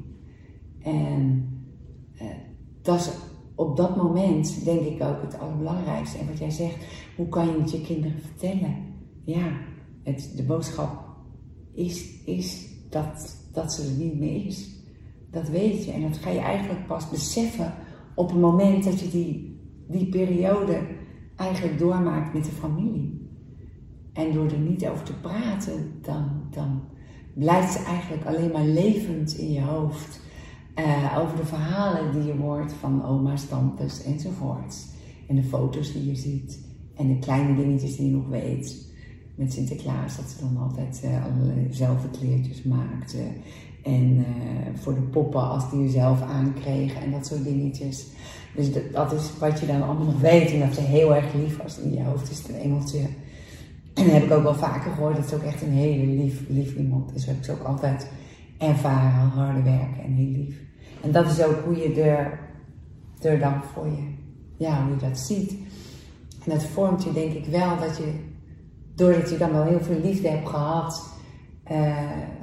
En uh, dat is op dat moment denk ik ook het allerbelangrijkste. En wat jij zegt, hoe kan je het je kinderen vertellen? Ja, het, de boodschap is, is dat, dat ze er niet meer is. Dat weet je. En dat ga je eigenlijk pas beseffen op het moment dat je die, die periode eigenlijk doormaakt met de familie. En door er niet over te praten, dan, dan blijft ze eigenlijk alleen maar levend in je hoofd. Uh, over de verhalen die je hoort van oma's, tantes enzovoort. En de foto's die je ziet. En de kleine dingetjes die je nog weet. Met Sinterklaas, dat ze dan altijd uh, allerlei zelf kleertjes maakte. En uh, voor de poppen als die je zelf aankregen en dat soort dingetjes. Dus dat, dat is wat je dan allemaal nog weet. En dat ze heel erg lief was in je hoofd, is het een engeltje. En dat heb ik ook wel vaker gehoord, dat ze ook echt een hele lief, lief iemand is. Dat heb ik ze ook altijd ervaren, harde werken en heel lief. En dat is ook hoe je er, er dan voor je, ja, hoe je dat ziet. En dat vormt je denk ik wel dat je, doordat je dan wel heel veel liefde hebt gehad, uh,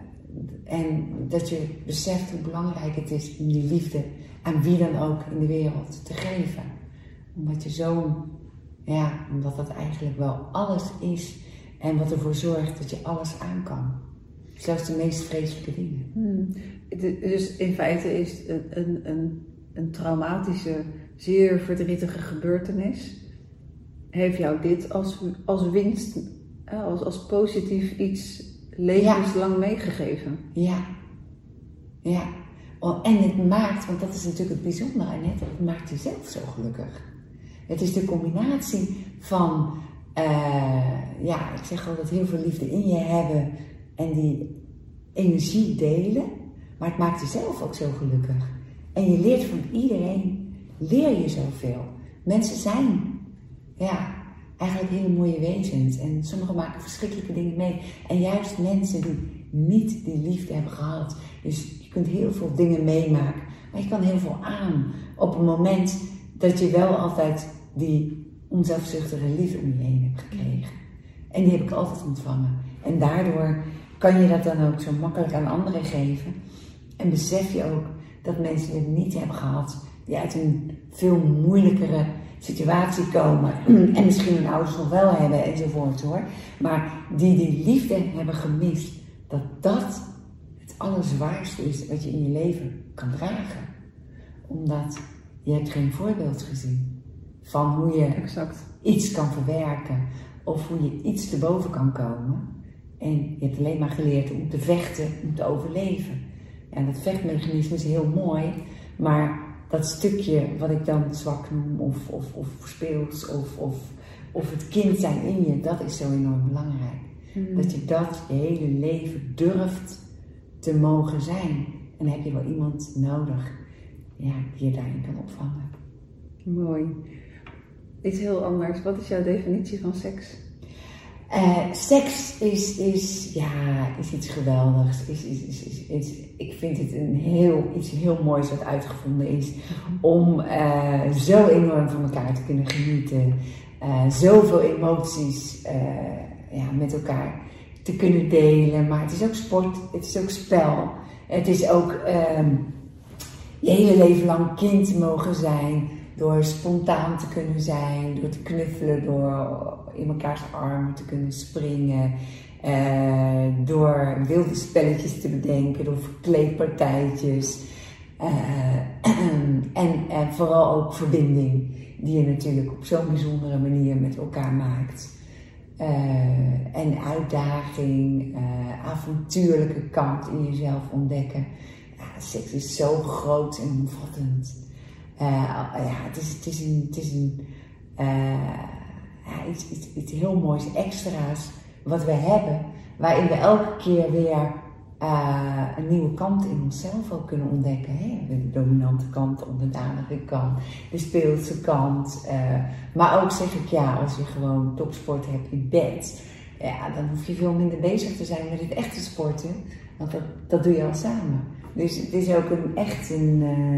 en dat je beseft hoe belangrijk het is om die liefde aan wie dan ook in de wereld te geven. Omdat je zo, ja, omdat dat eigenlijk wel alles is en wat ervoor zorgt dat je alles aan kan. Zelfs de meest vreselijke dingen. Hmm. Dus in feite is een, een, een, een traumatische, zeer verdrietige gebeurtenis, heeft jou dit als, als winst, als, als positief iets levenslang ja. meegegeven. Ja, ja. Oh, en het maakt, want dat is natuurlijk het bijzondere aan het, het maakt jezelf zo gelukkig. Het is de combinatie van, uh, ja, ik zeg altijd heel veel liefde in je hebben en die energie delen, maar het maakt jezelf ook zo gelukkig. En je leert van iedereen, leer je zoveel. Mensen zijn, ja, eigenlijk hele mooie wezens en sommigen maken verschrikkelijke dingen mee. En juist mensen die niet die liefde hebben gehad. Dus je kunt heel veel dingen meemaken, maar je kan heel veel aan op het moment dat je wel altijd die onzelfzuchtige liefde om je heen hebt gekregen. En die heb ik altijd ontvangen. En daardoor kan je dat dan ook zo makkelijk aan anderen geven. En besef je ook dat mensen het niet hebben gehad, die uit een veel moeilijkere situatie komen. En misschien hun ouders nog wel hebben enzovoort hoor. Maar die die liefde hebben gemist. Dat dat het allerzwaarste is wat je in je leven kan dragen. Omdat je hebt geen voorbeeld gezien van hoe je exact. iets kan verwerken. Of hoe je iets te boven kan komen. En je hebt alleen maar geleerd om te vechten, om te overleven. Ja, dat vechtmechanisme is heel mooi, maar dat stukje wat ik dan zwak noem, of, of, of speels, of, of, of het kind zijn in je, dat is zo enorm belangrijk. Mm. Dat je dat je hele leven durft te mogen zijn. En dan heb je wel iemand nodig, ja, die je daarin kan opvangen. Mooi. Iets heel anders. Wat is jouw definitie van seks? Uh, seks is, is, ja, is iets geweldigs. Is, is, is, is, is, ik vind het een heel, iets heel moois wat uitgevonden is. Om uh, zo enorm van elkaar te kunnen genieten. Uh, zoveel emoties uh, ja, met elkaar te kunnen delen. Maar het is ook sport, het is ook spel. Het is ook uh, je hele leven lang kind te mogen zijn. Door spontaan te kunnen zijn, door te knuffelen, door in mekaars armen te kunnen springen. Uh, door wilde spelletjes te bedenken, door verkleedpartijtjes. Uh, en, en vooral ook verbinding, die je natuurlijk op zo'n bijzondere manier met elkaar maakt. Uh, en uitdaging, uh, avontuurlijke kant in jezelf ontdekken. Ja, seks is zo groot en omvattend. Uh, ja, het is, het is een, het is een uh, ja, iets, iets, iets heel moois extra's wat we hebben, waarin we elke keer weer uh, een nieuwe kant in onszelf ook kunnen ontdekken. Hè? De dominante kant, de onderdanige kant, de speelse kant. Uh, maar ook zeg ik ja, als je gewoon topsport hebt in bed, ja, dan hoef je veel minder bezig te zijn met het echte sporten, want dat, dat doe je al samen. Dus het is ook een, echt een... Uh,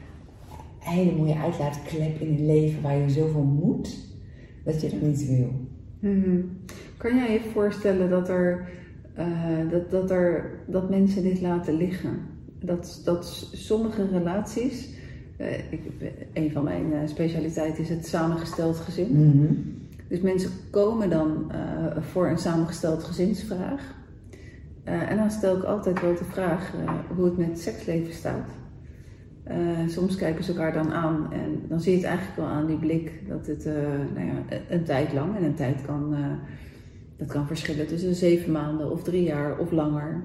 Een hele mooie uitlaatklep in het leven waar je zoveel moet, dat je er niet wil. Mm-hmm. Kan jij je voorstellen dat er, uh, dat, dat er dat mensen dit laten liggen? Dat, dat sommige relaties, uh, ik, een van mijn uh, specialiteiten is het samengesteld gezin. Mm-hmm. Dus mensen komen dan uh, voor een samengesteld gezinsvraag. Uh, en dan stel ik altijd wel de vraag uh, hoe het met het seksleven staat. Uh, soms kijken ze elkaar dan aan en dan zie je het eigenlijk wel aan die blik dat het uh, nou ja, een tijd lang en een tijd kan, uh, dat kan verschillen tussen zeven maanden of drie jaar of langer.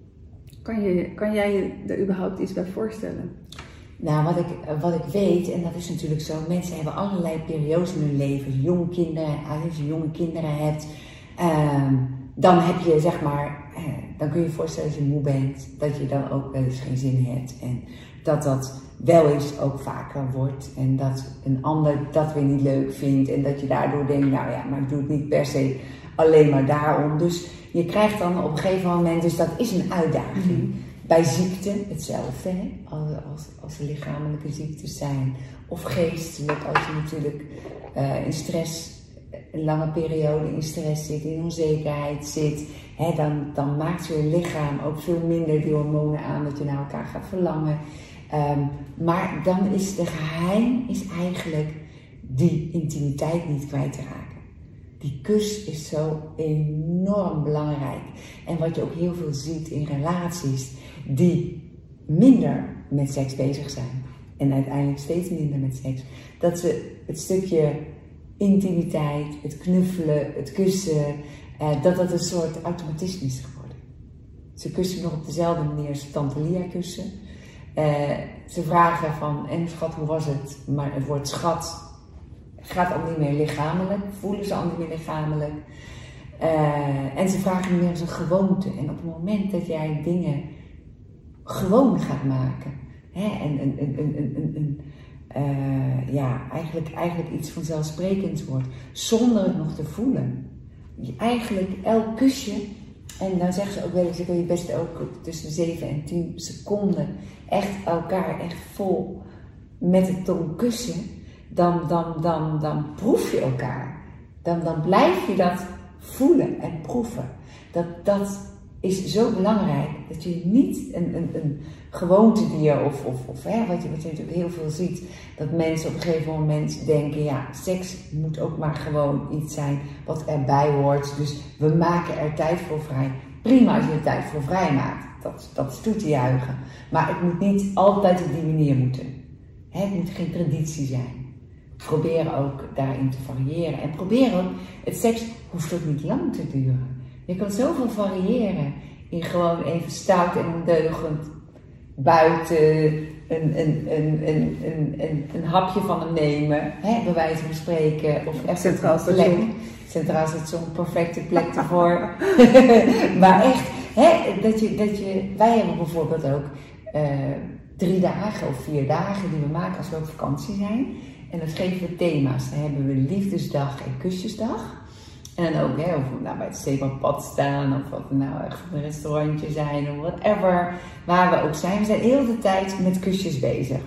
Kan, je, kan jij je er überhaupt iets bij voorstellen? Nou, wat ik, wat ik weet, en dat is natuurlijk zo, mensen hebben allerlei periodes in hun leven. Jonge kinderen, als je jonge kinderen hebt, uh, dan heb je zeg maar, uh, dan kun je je voorstellen als je moe bent, dat je dan ook wel eens geen zin hebt. En dat dat wel eens ook vaker wordt en dat een ander dat weer niet leuk vindt en dat je daardoor denkt, nou ja, maar ik doe het niet per se alleen maar daarom. Dus je krijgt dan op een gegeven moment, dus dat is een uitdaging. Mm-hmm. Bij ziekte hetzelfde, hè? Als, als, als er lichamelijke ziektes zijn of geestelijk, als je natuurlijk uh, in stress, een lange periode in stress zit, in onzekerheid zit, hè, dan, dan maakt je lichaam ook veel minder die hormonen aan dat je naar elkaar gaat verlangen. Um, maar dan is de geheim is eigenlijk die intimiteit niet kwijt te raken. Die kus is zo enorm belangrijk. En wat je ook heel veel ziet in relaties die minder met seks bezig zijn. En uiteindelijk steeds minder met seks. Dat ze het stukje intimiteit, het knuffelen, het kussen, uh, dat dat een soort automatisme is geworden. Ze kussen nog op dezelfde manier als Tante Lia kussen. Uh, ze vragen van, en schat, hoe was het? Maar het woord schat gaat al niet meer lichamelijk, voelen ze al niet meer lichamelijk. Uh, en ze vragen niet meer als een gewoonte. En op het moment dat jij dingen gewoon gaat maken, hè, en, en, en, en, en, en uh, ja, eigenlijk, eigenlijk iets vanzelfsprekends wordt, zonder het nog te voelen. Je eigenlijk elk kusje, en dan zeggen ze ook wel eens, ik wil je best ook tussen zeven en tien seconden echt elkaar echt vol met de tong kussen, dan, dan, dan, dan proef je elkaar. Dan, dan blijf je dat voelen en proeven. Dat, dat is zo belangrijk, dat je niet een, een, een gewoonte die je, of, of, of hè, wat, je, wat je natuurlijk heel veel ziet, dat mensen op een gegeven moment denken, ja, seks moet ook maar gewoon iets zijn wat erbij hoort. Dus we maken er tijd voor vrij. Prima als je er tijd voor vrij maakt, dat, dat is toe te juichen. Maar het moet niet altijd op die manier moeten. Hè, het moet geen traditie zijn. Probeer ook daarin te variëren. En probeer ook, het seks hoeft ook niet lang te duren. Je kan zoveel variëren in gewoon even stout en ondeugend buiten een, een, een, een, een, een, een hapje van hem nemen, hè, bij wijze van spreken. Of echt Centraal Station. Centraal Station, perfecte plek ervoor. Maar echt, hè, dat je, dat je, wij hebben bijvoorbeeld ook uh, drie dagen of vier dagen die we maken als we op vakantie zijn. En dat geven we thema's. Dan hebben we liefdesdag en kusjesdag. En dan ook, hè, of we nou bij het zeepad staan, of of we nou echt op een restaurantje zijn, of whatever, waar we ook zijn. We zijn heel de tijd met kusjes bezig.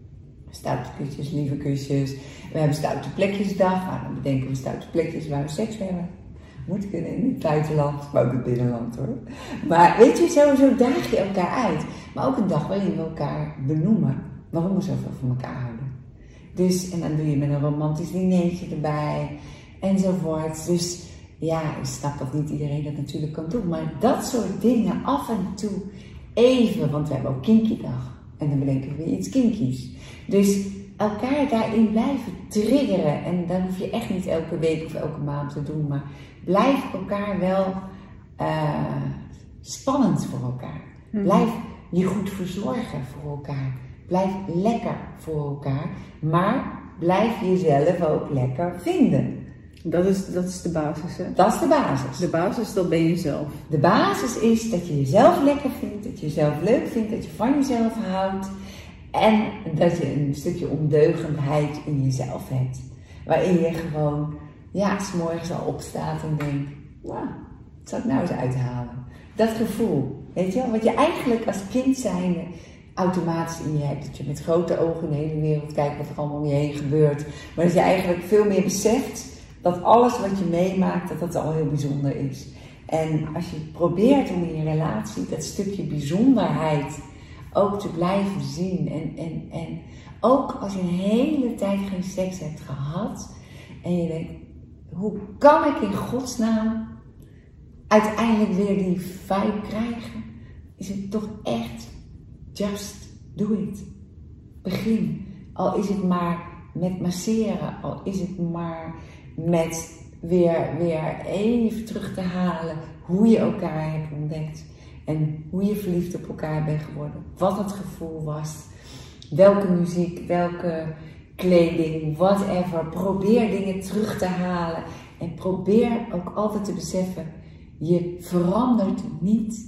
Stoute kusjes, lieve kusjes. We hebben stoute plekjesdag. Nou, dan bedenken we stoute plekjes waar we seks hebben. Moet kunnen in het buitenland, maar ook in het binnenland hoor. Maar weet je, zo, zo daag je elkaar uit. Maar ook een dag waarin we elkaar benoemen waarom we zoveel van elkaar houden. Dus, en dan doe je met een romantisch dinertje erbij. Enzovoort. Dus ja, ik snap dat niet iedereen dat natuurlijk kan doen. Maar dat soort dingen af en toe even. Want we hebben ook kinky dag. En dan bedenken we weer iets kinkies. Dus elkaar daarin blijven triggeren. En dat hoef je echt niet elke week of elke maand te doen. Maar blijf elkaar wel uh, spannend voor elkaar. Mm-hmm. Blijf je goed verzorgen voor elkaar. Blijf lekker voor elkaar. Maar blijf jezelf ook lekker vinden. Dat is, dat is de basis, hè? Dat is de basis. De basis, dat ben je zelf. De basis is dat je jezelf lekker vindt, dat je jezelf leuk vindt, dat je van jezelf houdt. En dat je een stukje ondeugendheid in jezelf hebt. Waarin je gewoon, ja, 's morgens al opstaat en denkt, nou, wat zou ik nou eens uithalen? Dat gevoel, weet je wel? Wat je eigenlijk als kind zijnde automatisch in je hebt. Dat je met grote ogen in de hele wereld kijkt wat er allemaal om je heen gebeurt. Maar dat je eigenlijk veel meer beseft dat alles wat je meemaakt, dat dat al heel bijzonder is. En als je probeert om in je relatie dat stukje bijzonderheid ook te blijven zien. En, en, en ook als je een hele tijd geen seks hebt gehad. En je denkt, hoe kan ik in godsnaam uiteindelijk weer die vibe krijgen? Is het toch echt, just do it. Begin. Al is het maar met masseren, al is het maar met weer, weer even terug te halen hoe je elkaar hebt ontdekt. En hoe je verliefd op elkaar bent geworden. Wat het gevoel was. Welke muziek, welke kleding, whatever. Probeer dingen terug te halen. En probeer ook altijd te beseffen, je verandert niet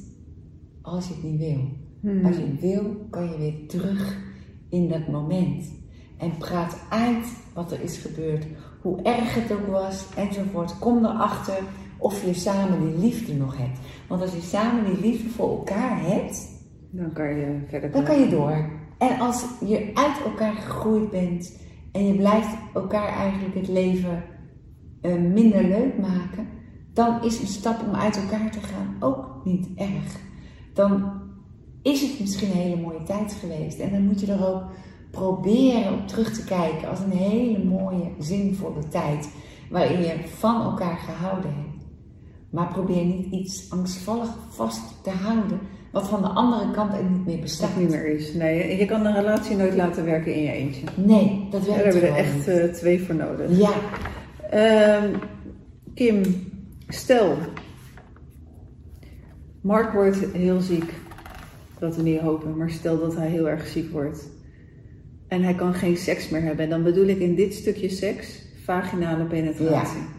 als je het niet wil. Hmm. Als je het wil, kan je weer terug in dat moment. En praat uit wat er is gebeurd. Hoe erg het ook was, enzovoort. Kom erachter of je samen die liefde nog hebt. Want als je samen die liefde voor elkaar hebt, dan kan je verder dan kan je door. En als je uit elkaar gegroeid bent en je blijft elkaar eigenlijk het leven uh, minder leuk maken, dan is een stap om uit elkaar te gaan ook niet erg. Dan is het misschien een hele mooie tijd geweest. En dan moet je er ook proberen op terug te kijken als een hele mooie, zinvolle tijd waarin je van elkaar gehouden hebt. Maar probeer niet iets angstvallig vast te houden wat van de andere kant er niet meer bestaat. Dat niet meer is. Nee, je kan een relatie nooit laten werken in je eentje. Nee, dat werkt Daar hebben we er echt uh, twee voor nodig. Ja. Uh, Kim, stel, Mark wordt heel ziek. Dat we niet hopen, maar stel dat hij heel erg ziek wordt. En hij kan geen seks meer hebben. Dan bedoel ik in dit stukje seks, vaginale penetratie. Ja.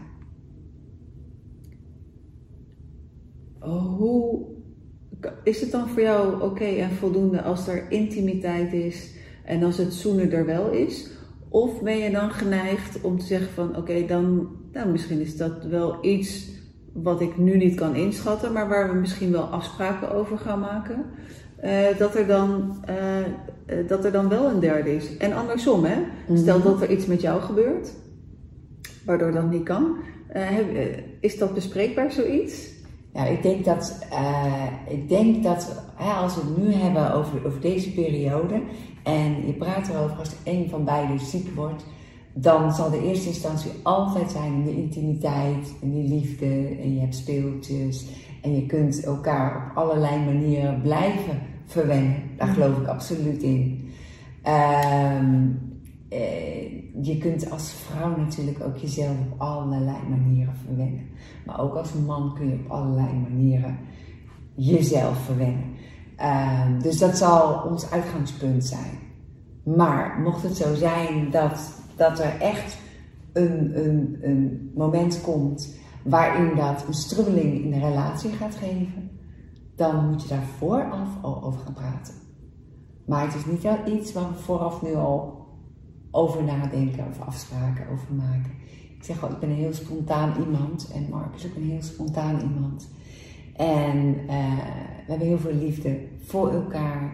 Hoe is het dan voor jou oké okay en voldoende als er intimiteit is en als het zoenen er wel is? Of ben je dan geneigd om te zeggen van oké, okay, dan nou, misschien is dat wel iets wat ik nu niet kan inschatten, maar waar we misschien wel afspraken over gaan maken. Uh, dat, er dan, uh, uh, dat er dan wel een derde is. En andersom, hè? Mm-hmm. Stel dat er iets met jou gebeurt, waardoor dat niet kan. Uh, heb, uh, is dat bespreekbaar, zoiets? Nou, ik denk dat, uh, ik denk dat hè, als we het nu hebben over, over deze periode en je praat erover als een van beiden ziek wordt, dan zal de eerste instantie altijd zijn in de intimiteit en die liefde en je hebt speeltjes en je kunt elkaar op allerlei manieren blijven verwennen. Daar geloof ik absoluut in. Um, eh, je kunt als vrouw natuurlijk ook jezelf op allerlei manieren verwennen. Maar ook als man kun je op allerlei manieren jezelf verwennen. Uh, dus dat zal ons uitgangspunt zijn. Maar mocht het zo zijn dat, dat er echt een, een, een moment komt waarin dat een strubbeling in de relatie gaat geven, dan moet je daar vooraf al over gaan praten. Maar het is niet wel iets waar we vooraf nu al over nadenken of afspraken over maken. Ik zeg al, ik ben een heel spontaan iemand en Mark is ook een heel spontaan iemand. En uh, we hebben heel veel liefde voor elkaar.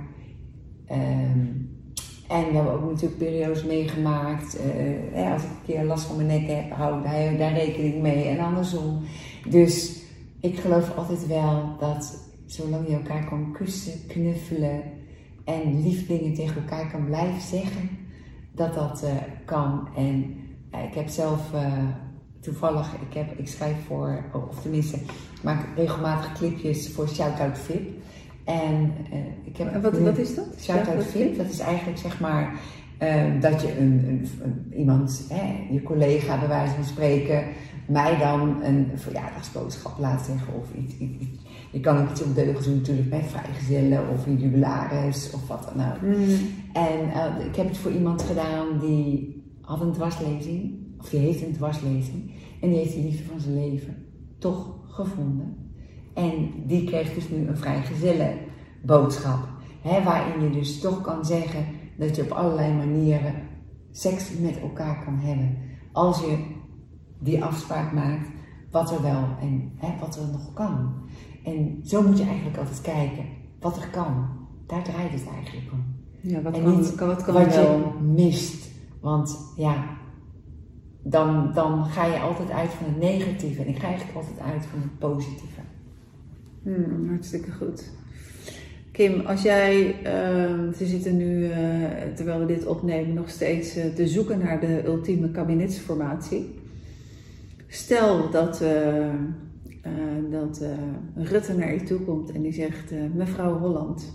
Um, en we hebben ook natuurlijk periodes meegemaakt. Uh, ja, als ik een keer last van mijn nek heb, hou daar, daar rekening mee en andersom. Dus ik geloof altijd wel dat zolang je elkaar kan kussen, knuffelen en lief dingen tegen elkaar kan blijven zeggen, dat dat uh, kan. En uh, ik heb zelf uh, toevallig, ik, heb, ik schrijf voor, of tenminste, ik maak regelmatig clipjes voor Shoutout V I P. En uh, ik heb en wat, wat is dat? Shoutout V I P, dat is eigenlijk zeg maar uh, dat je een, een, een, iemand, hè, je collega bij wijze van spreken, mij dan een verjaardagsboodschap laat zeggen of iets. iets, iets. Je kan ook iets ondeugends doen natuurlijk met vrijgezellen of een jubilaris of wat dan ook. Mm. En uh, ik heb het voor iemand gedaan die had een dwarslezing, of die heeft een dwarslezing. En die heeft de liefde van zijn leven toch gevonden. En die kreeg dus nu een vrijgezellen boodschap. Hè, waarin je dus toch kan zeggen dat je op allerlei manieren seks met elkaar kan hebben. Als je die afspraak maakt wat er wel en hè, wat er nog kan. En zo moet je eigenlijk altijd kijken. Wat er kan. Daar draait het eigenlijk om. Ja, wat en kan, niet wat kan wat wel. je mist. Want ja, dan, dan ga je altijd uit van het negatieve. En ik ga eigenlijk altijd uit van het positieve. Hmm, hartstikke goed. Kim, als jij, uh, we zitten nu, uh, terwijl we dit opnemen, nog steeds uh, te zoeken naar de ultieme kabinetsformatie. Stel dat, uh, uh, dat uh, Rutte naar je toe komt en die zegt, uh, mevrouw Holland,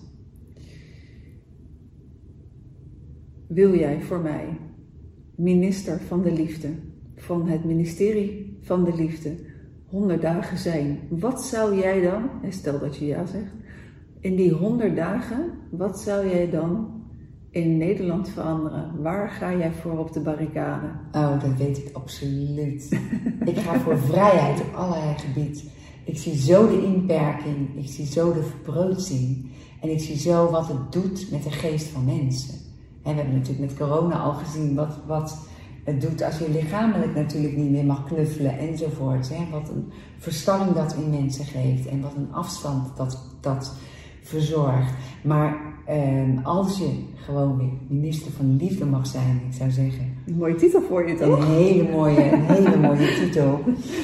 wil jij voor mij minister van de liefde, van het ministerie van de liefde, honderd dagen zijn? Wat zou jij dan, en stel dat je ja zegt, in die honderd dagen, wat zou jij dan in Nederland veranderen? Waar ga jij voor op de barricade? Oh, dat weet ik absoluut. Ik ga voor vrijheid op allerlei gebieden. Ik zie zo de inperking, ik zie zo de verbreutsing. En ik zie zo wat het doet met de geest van mensen. En we hebben natuurlijk met corona al gezien wat, wat het doet als je lichamelijk natuurlijk niet meer mag knuffelen enzovoort. Hè? Wat een verstarring dat in mensen geeft en wat een afstand dat, dat verzorgt. Maar eh, als je gewoon weer minister van Liefde mag zijn, ik zou zeggen. Een mooie titel voor je toch? Een hele mooie, een hele mooie titel.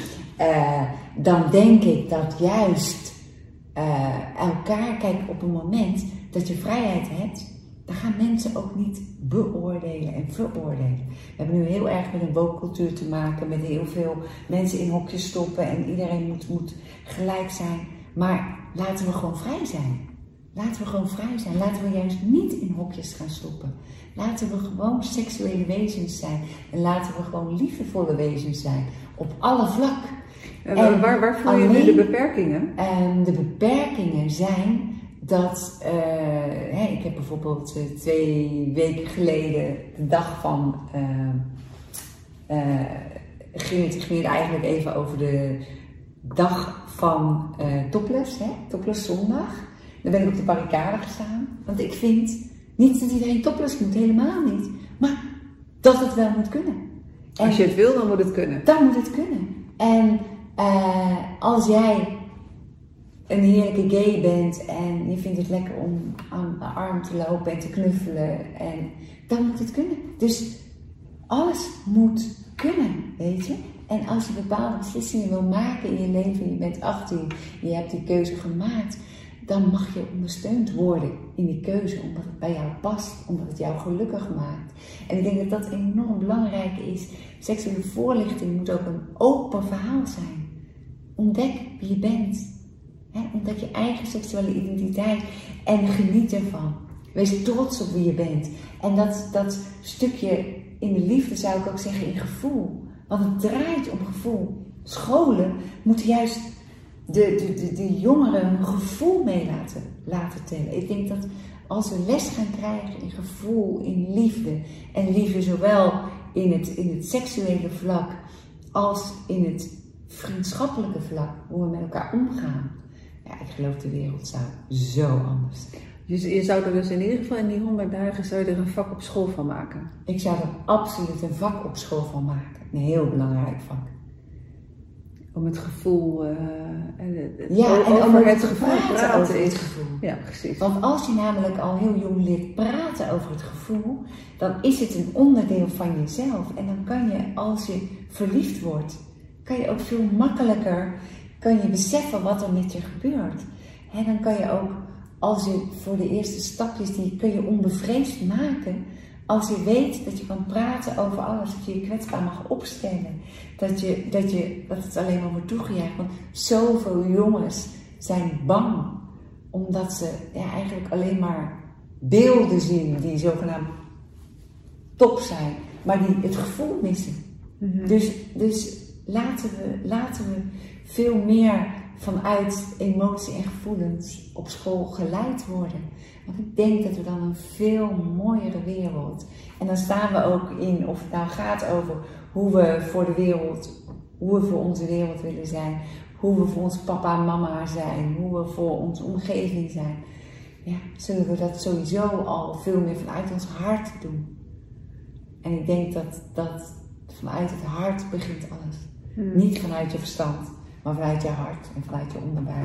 Uh, dan denk ik dat juist uh, elkaar, kijk, op het moment dat je vrijheid hebt, dan gaan mensen ook niet beoordelen en veroordelen. We hebben nu heel erg met een woke-cultuur te maken, met heel veel mensen in hokjes stoppen en iedereen moet, moet gelijk zijn. Maar laten we gewoon vrij zijn. Laten we gewoon vrij zijn. Laten we juist niet in hokjes gaan stoppen. Laten we gewoon seksuele wezens zijn. En laten we gewoon liefdevolle wezens zijn. Op alle vlakken. En waar, waar, waar voel je nu de beperkingen? Um, de beperkingen zijn dat, uh, hè, ik heb bijvoorbeeld uh, twee weken geleden de dag van, uh, uh, ging, het, ging het eigenlijk even over de dag van uh, topless, hè, topless zondag. Dan ben ik op de barricade gestaan, want ik vind niet dat iedereen topless moet, helemaal niet. Maar dat het wel moet kunnen. En als je het wil, dan moet het kunnen. Dan moet het kunnen. En uh, als jij een heerlijke gay bent en je vindt het lekker om aan de arm te lopen en te knuffelen, en dan moet het kunnen. Dus alles moet kunnen, weet je. En als je bepaalde beslissingen wil maken in je leven, je bent achttien, je hebt die keuze gemaakt, dan mag je ondersteund worden in die keuze, omdat het bij jou past, omdat het jou gelukkig maakt. En ik denk dat dat enorm belangrijk is. Seksuele voorlichting moet ook een open verhaal zijn. Ontdek wie je bent. He, ontdek je eigen seksuele identiteit en geniet ervan. Wees trots op wie je bent. En dat, dat stukje in de liefde zou ik ook zeggen in gevoel. Want het draait om gevoel. Scholen moeten juist de, de, de, de jongeren hun gevoel mee laten, laten tellen. Ik denk dat als we les gaan krijgen in gevoel, in liefde. En liefde zowel in het, in het seksuele vlak als in het vriendschappelijke vlak. Hoe we met elkaar omgaan. Ja, ik geloof de wereld zou zo anders zijn. Dus je zou er dus in ieder geval in die honderd dagen zou je er een vak op school van maken? Ik zou er absoluut een vak op school van maken. Een heel belangrijk vak. Om het gevoel, uh, en het, ja, over, en over om het, het gevoel praten, praten over is. het gevoel. Ja, precies. Want als je namelijk al heel jong leert praten over het gevoel, dan is het een onderdeel van jezelf. En dan kan je, als je verliefd wordt, kan je ook veel makkelijker kan je beseffen wat er met je gebeurt. En dan kan je ook, als je voor de eerste stapjes, die kun je onbevreesd maken. Als je weet dat je kan praten over alles, dat je je kwetsbaar mag opstellen. Dat, je, dat, je, dat het alleen maar wordt toegejuicht. Want zoveel jongens zijn bang. Omdat ze ja, eigenlijk alleen maar beelden zien die zogenaamd top zijn. Maar die het gevoel missen. Mm-hmm. Dus, dus laten, we, laten we veel meer vanuit emotie en gevoelens op school geleid worden. Want ik denk dat we dan een veel mooiere wereld. En dan staan we ook in, of het nou gaat over hoe we voor de wereld, hoe we voor onze wereld willen zijn. Hoe we voor ons papa en mama zijn. Hoe we voor onze omgeving zijn. Ja, zullen we dat sowieso al veel meer vanuit ons hart doen. En ik denk dat, dat vanuit het hart begint alles. Hmm. Niet vanuit je verstand, maar vanuit je hart en vanuit je onderbuik.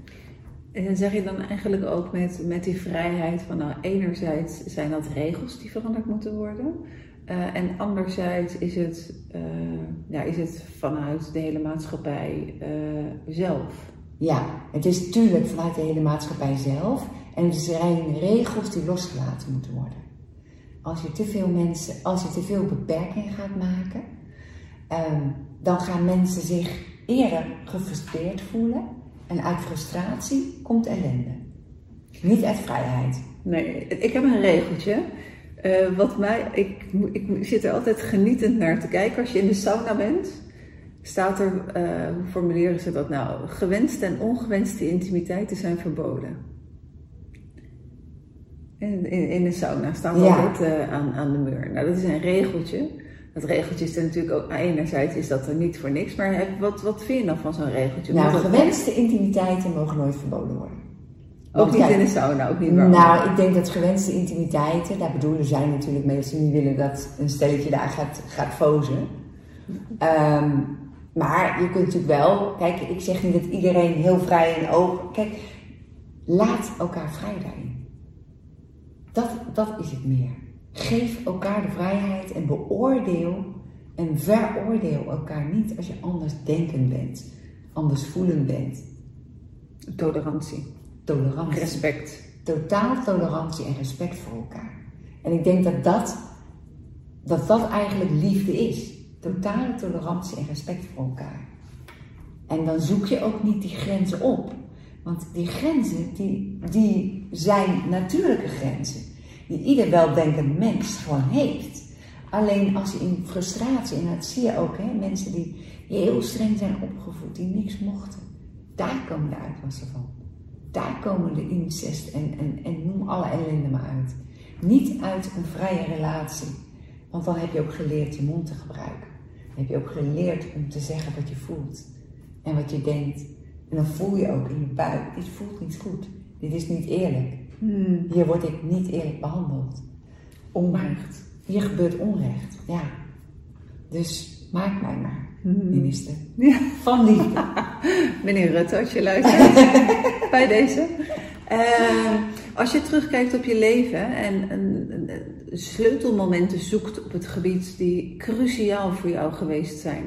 En dan zeg je dan eigenlijk ook met, met die vrijheid van nou enerzijds zijn dat regels die veranderd moeten worden. Uh, en anderzijds is het, uh, ja, is het vanuit de hele maatschappij uh, zelf. Ja, het is natuurlijk vanuit de hele maatschappij zelf. En er zijn regels die losgelaten moeten worden. Als je te veel mensen, als je te veel beperkingen gaat maken, um, dan gaan mensen zich eerder gefrustreerd voelen. En uit frustratie komt ellende. Niet uit vrijheid. Nee, ik heb een regeltje. Uh, wat mij, ik, ik zit er altijd genietend naar te kijken. Als je in de sauna bent, staat er, uh, hoe formuleren ze dat nou? Gewenste en ongewenste intimiteiten zijn verboden. In, in, in de sauna staat ja. altijd uh, aan, aan de muur. Nou, dat is een regeltje. Dat regeltje is er natuurlijk ook, enerzijds is dat er niet voor niks, maar wat, wat vind je dan van zo'n regeltje? Nou, gewenste intimiteiten mogen nooit verboden worden. Ook niet in de sauna, ook niet meer. Nou, ik denk dat gewenste intimiteiten, daar bedoelen zij natuurlijk mee als ze niet willen dat een stelletje daar gaat, gaat fozen. Um, maar je kunt natuurlijk wel, kijk, ik zeg niet dat iedereen heel vrij en open, kijk, laat elkaar vrij daarin. Dat, dat is het meer. Geef elkaar de vrijheid en beoordeel en veroordeel elkaar niet als je anders denkend bent, anders voelend bent. Tolerantie. Tolerantie. Respect. Totaal tolerantie en respect voor elkaar. En ik denk dat dat, dat, dat eigenlijk liefde is. Totale tolerantie en respect voor elkaar. En dan zoek je ook niet die grenzen op. Want die grenzen, die, die zijn natuurlijke grenzen. Die ieder weldenkend mens gewoon heeft. Alleen als je in frustratie, en dat zie je ook, hè, mensen die heel streng zijn opgevoed, die niks mochten. Daar komen de uitwassen van. Daar komen de incest en, en, en noem alle ellende maar uit. Niet uit een vrije relatie. Want dan heb je ook geleerd je mond te gebruiken. Dan heb je ook geleerd om te zeggen wat je voelt. En wat je denkt. En dan voel je ook in je buik, dit voelt niet goed. Dit is niet eerlijk. Hmm. Hier word ik niet eerlijk behandeld. Onrecht. Hier gebeurt onrecht, ja. Dus maak mij maar, hmm. minister. Ja. Van liefde. Meneer Rutte, als je luistert, bij deze. Uh, als je terugkijkt op je leven en een, een, een sleutelmomenten zoekt op het gebied die cruciaal voor jou geweest zijn.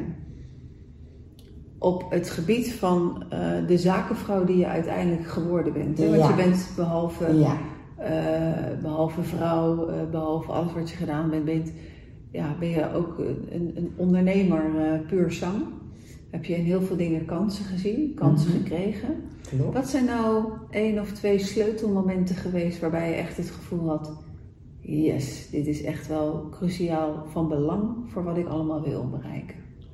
Op het gebied van uh, de zakenvrouw die je uiteindelijk geworden bent. Hè? Ja. Want je bent behalve, ja. uh, behalve vrouw, uh, behalve alles wat je gedaan bent, bent ja, ben je ook een, een ondernemer uh, puur zang. Heb je in heel veel dingen kansen gezien, kansen mm-hmm. gekregen. Klopt. Wat zijn nou één of twee sleutelmomenten geweest waarbij je echt het gevoel had, yes, dit is echt wel cruciaal van belang voor wat ik allemaal wil bereiken?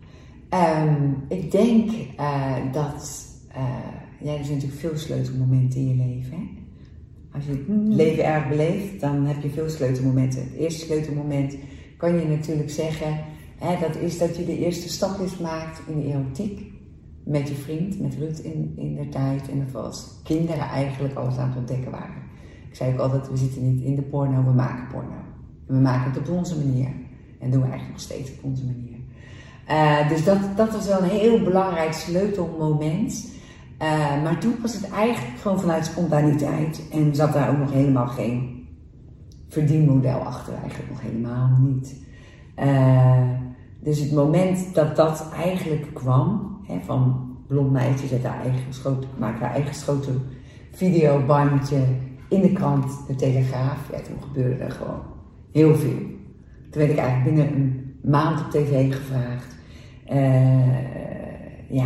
Um, ik denk uh, dat, uh, ja, er zijn natuurlijk veel sleutelmomenten in je leven. Hè? Als je het leven erg beleeft, dan heb je veel sleutelmomenten. Het eerste sleutelmoment kan je natuurlijk zeggen, hè, dat is dat je de eerste stapjes maakt in de erotiek. Met je vriend, met Ruud in, in de tijd. En dat we als kinderen eigenlijk alles aan het ontdekken waren. Ik zei ook altijd, we zitten niet in de porno, we maken porno. En we maken het op onze manier. En doen we eigenlijk nog steeds op onze manier. Uh, dus dat, dat was wel een heel belangrijk sleutelmoment. Uh, maar toen was het eigenlijk gewoon vanuit spontaniteit. En zat daar ook nog helemaal geen verdienmodel achter. Eigenlijk nog helemaal niet. Uh, dus het moment dat dat eigenlijk kwam, hè, van blond meisje zet haar eigen geschoten, maakt haar eigen geschoten videobandje in de krant, de Telegraaf. Ja, toen gebeurde er gewoon heel veel. Toen werd ik eigenlijk binnen een maand op tv gevraagd. Uh, ja.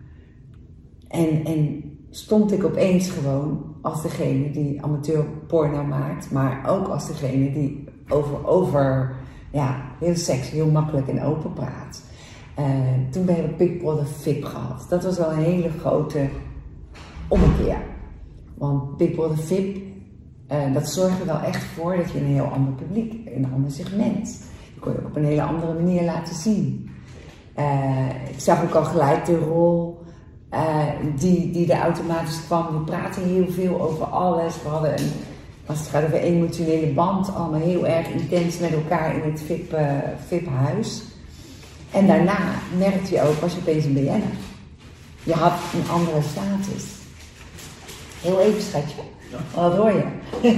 En, en stond ik opeens gewoon als degene die amateur porno maakt, maar ook als degene die over, over ja, heel seks heel makkelijk en open praat. Uh, toen ben ik Big Brother V I P gehad. Dat was wel een hele grote ommekeer. Want Big Brother V I P, uh, dat zorgde wel echt voor dat je een heel ander publiek, een ander segment. Je kon je op een hele andere manier laten zien. Uh, ik zag ook al gelijk de rol uh, die, die er automatisch kwam. We praten heel veel over alles. We hadden een, als het gaat over emotionele band, allemaal heel erg intens met elkaar in het V I P, uh, V I P-huis. En daarna merkte je ook, was je opeens een B N'er. Je had een andere status. Heel even, schatje. Wat hoor je?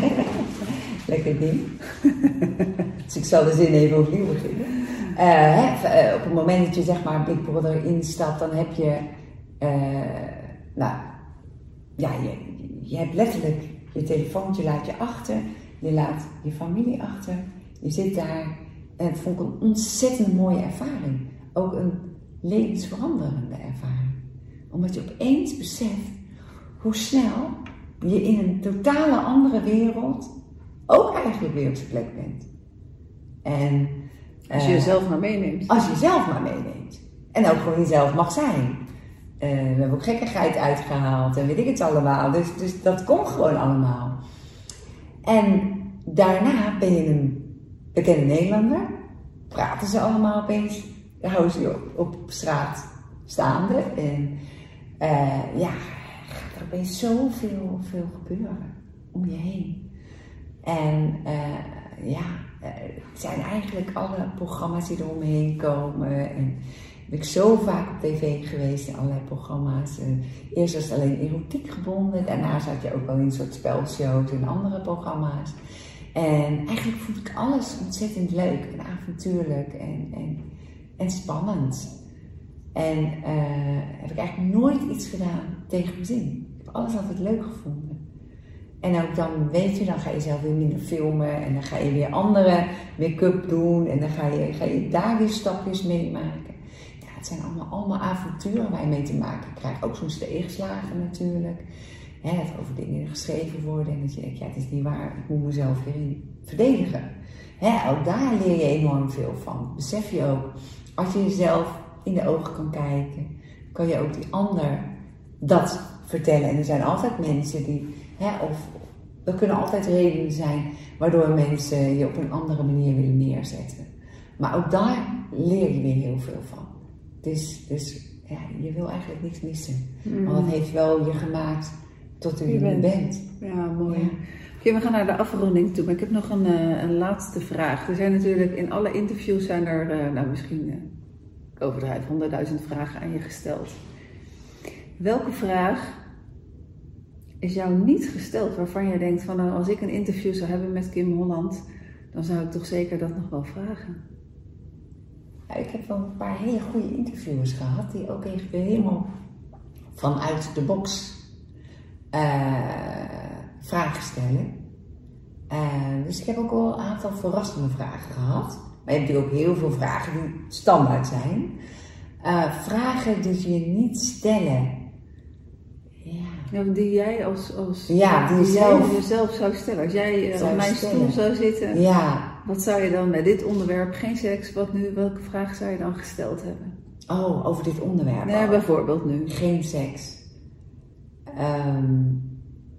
Lekker ding. Dus ik zal de zin even opnieuw beginnen. Uh, hè, op het moment dat je zeg maar Big Brother instapt, dan heb je, uh, nou, ja, je, je hebt letterlijk je telefoontje laat je achter, je laat je familie achter, je zit daar en het vond ik een ontzettend mooie ervaring. Ook een levensveranderende ervaring. Omdat je opeens beseft hoe snel je in een totale andere wereld ook eigenlijk weer op zijn plek bent. En als je jezelf maar meeneemt. Als je jezelf maar meeneemt. En ook gewoon jezelf mag zijn. Uh, we hebben ook gekkigheid uitgehaald en weet ik het allemaal. Dus, dus dat kon gewoon allemaal. En daarna ben je een bekende Nederlander. Praten ze allemaal opeens. Dan houden ze je op, op straat staande. En uh, ja, gaat er opeens zoveel veel gebeuren om je heen. En uh, ja, uh, het zijn eigenlijk alle programma's die er omheen komen. En ben ik zo vaak op tv geweest in allerlei programma's. Uh, eerst was het alleen erotiek gebonden. Daarna zat je ook wel in een soort spelshows en andere programma's. En eigenlijk vond ik alles ontzettend leuk en avontuurlijk en, en, en spannend. En uh, heb ik eigenlijk nooit iets gedaan tegen mijn zin. Ik heb alles altijd leuk gevonden. En ook dan weet je, dan ga je zelf weer minder filmen en dan ga je weer andere make-up doen en dan ga je, ga je daar weer stapjes meemaken. Ja, het zijn allemaal, allemaal avonturen waar je mee te maken krijgt. Ook soms tegenslagen natuurlijk. Hè, dat er over dingen geschreven worden en dat je denkt, ja, het is niet waar, ik moet mezelf weer verdedigen. Hè, ook daar leer je enorm veel van. Besef je ook, als je jezelf in de ogen kan kijken, kan je ook die ander dat vertellen. En er zijn altijd mensen die, hè, of er kunnen altijd redenen zijn waardoor mensen je op een andere manier willen neerzetten. Maar ook daar leer je weer heel veel van. Dus, dus ja, je wil eigenlijk niks missen. Mm. Want dat heeft wel je gemaakt tot wie je bent. bent. Ja, mooi. Ja. Oké, we gaan naar de afronding toe. Maar ik heb nog een, uh, een laatste vraag. Er zijn natuurlijk in alle interviews zijn er, uh, nou misschien, uh, ik overdrijf, honderdduizend vragen aan je gesteld. Welke vraag is jou niet gesteld waarvan je denkt van, nou, als ik een interview zou hebben met Kim Holland, dan zou ik toch zeker dat nog wel vragen? Ja, ik heb wel een paar hele goede interviewers gehad die ook echt helemaal vanuit de box uh, vragen stellen. Uh, dus ik heb ook wel een aantal verrassende vragen gehad. Maar je hebt natuurlijk ook heel veel vragen die standaard zijn. Uh, vragen die je niet stellen. Ja. Ja, die jij als, als Ja, die, die zelf, jij jezelf zou stellen. Als jij uh, zou op mijn stellen. stoel zou zitten, Ja. wat zou je dan bij dit onderwerp, geen seks, wat nu, welke vraag zou je dan gesteld hebben? Oh, over dit onderwerp. Ja, oh. bijvoorbeeld nu. Geen seks. Um,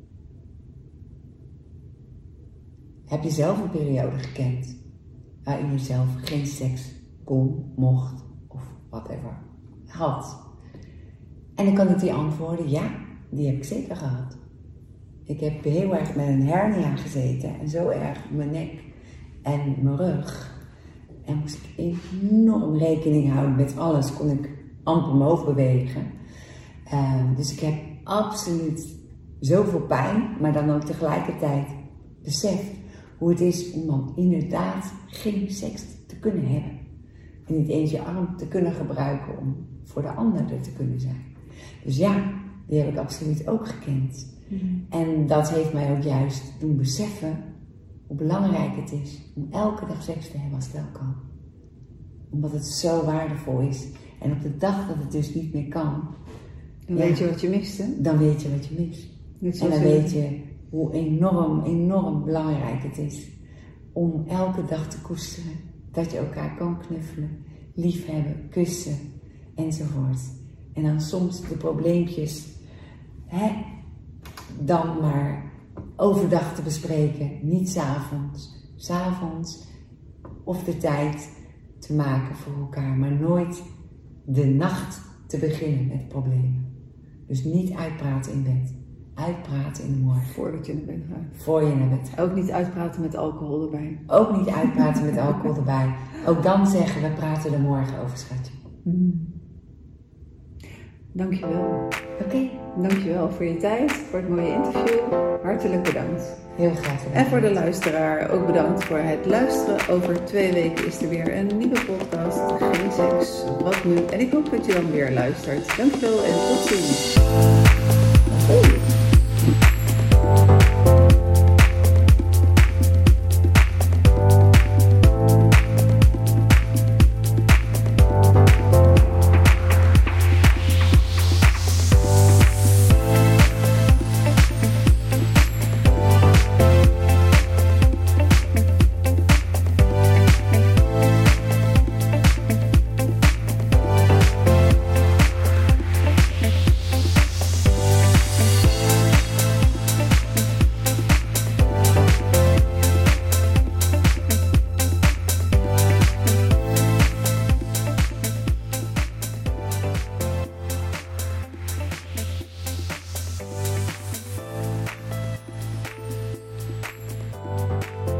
heb je zelf een periode gekend waarin je zelf geen seks kon, mocht of whatever had? En dan kan ik die antwoorden, ja, die heb ik zeker gehad. Ik heb heel erg met een hernia gezeten en zo erg mijn nek en mijn rug. En moest ik enorm rekening houden met alles, kon ik amper mijn hoofd bewegen. Uh, dus ik heb absoluut zoveel pijn, maar dan ook tegelijkertijd besef hoe het is om dan inderdaad geen seks te kunnen hebben. En niet eens je arm te kunnen gebruiken om voor de ander er te kunnen zijn. Dus ja, die heb ik absoluut ook gekend. Mm. En dat heeft mij ook juist doen beseffen hoe belangrijk het is om elke dag seks te hebben als het wel kan. Omdat het zo waardevol is. En op de dag dat het dus niet meer kan, dan ja, weet je wat je mist, hè? Dan weet je wat je mist. En dan weet je hoe enorm, enorm belangrijk het is om elke dag te koesteren. Dat je elkaar kan knuffelen, liefhebben, kussen enzovoort. En dan soms de probleempjes, hè, dan maar overdag te bespreken, niet 's avonds. 's Avonds of de tijd te maken voor elkaar, maar nooit de nacht te beginnen met problemen. Dus niet uitpraten in bed. Uitpraten in de morgen. Voordat je naar bed gaat. Voor je naar bed gaat. Ook niet uitpraten met alcohol erbij. Ook niet uitpraten met alcohol erbij. Ook dan zeggen, we praten er morgen over, schatje. Mm. Dankjewel. Oké. Okay. Dankjewel voor je tijd, voor het mooie interview. Hartelijk bedankt. Heel graag gedaan. En voor de luisteraar ook bedankt voor het luisteren. Over twee weken is er weer een nieuwe podcast. Geen seks, wat nu? En ik hoop dat je dan weer luistert. Dankjewel en tot ziens.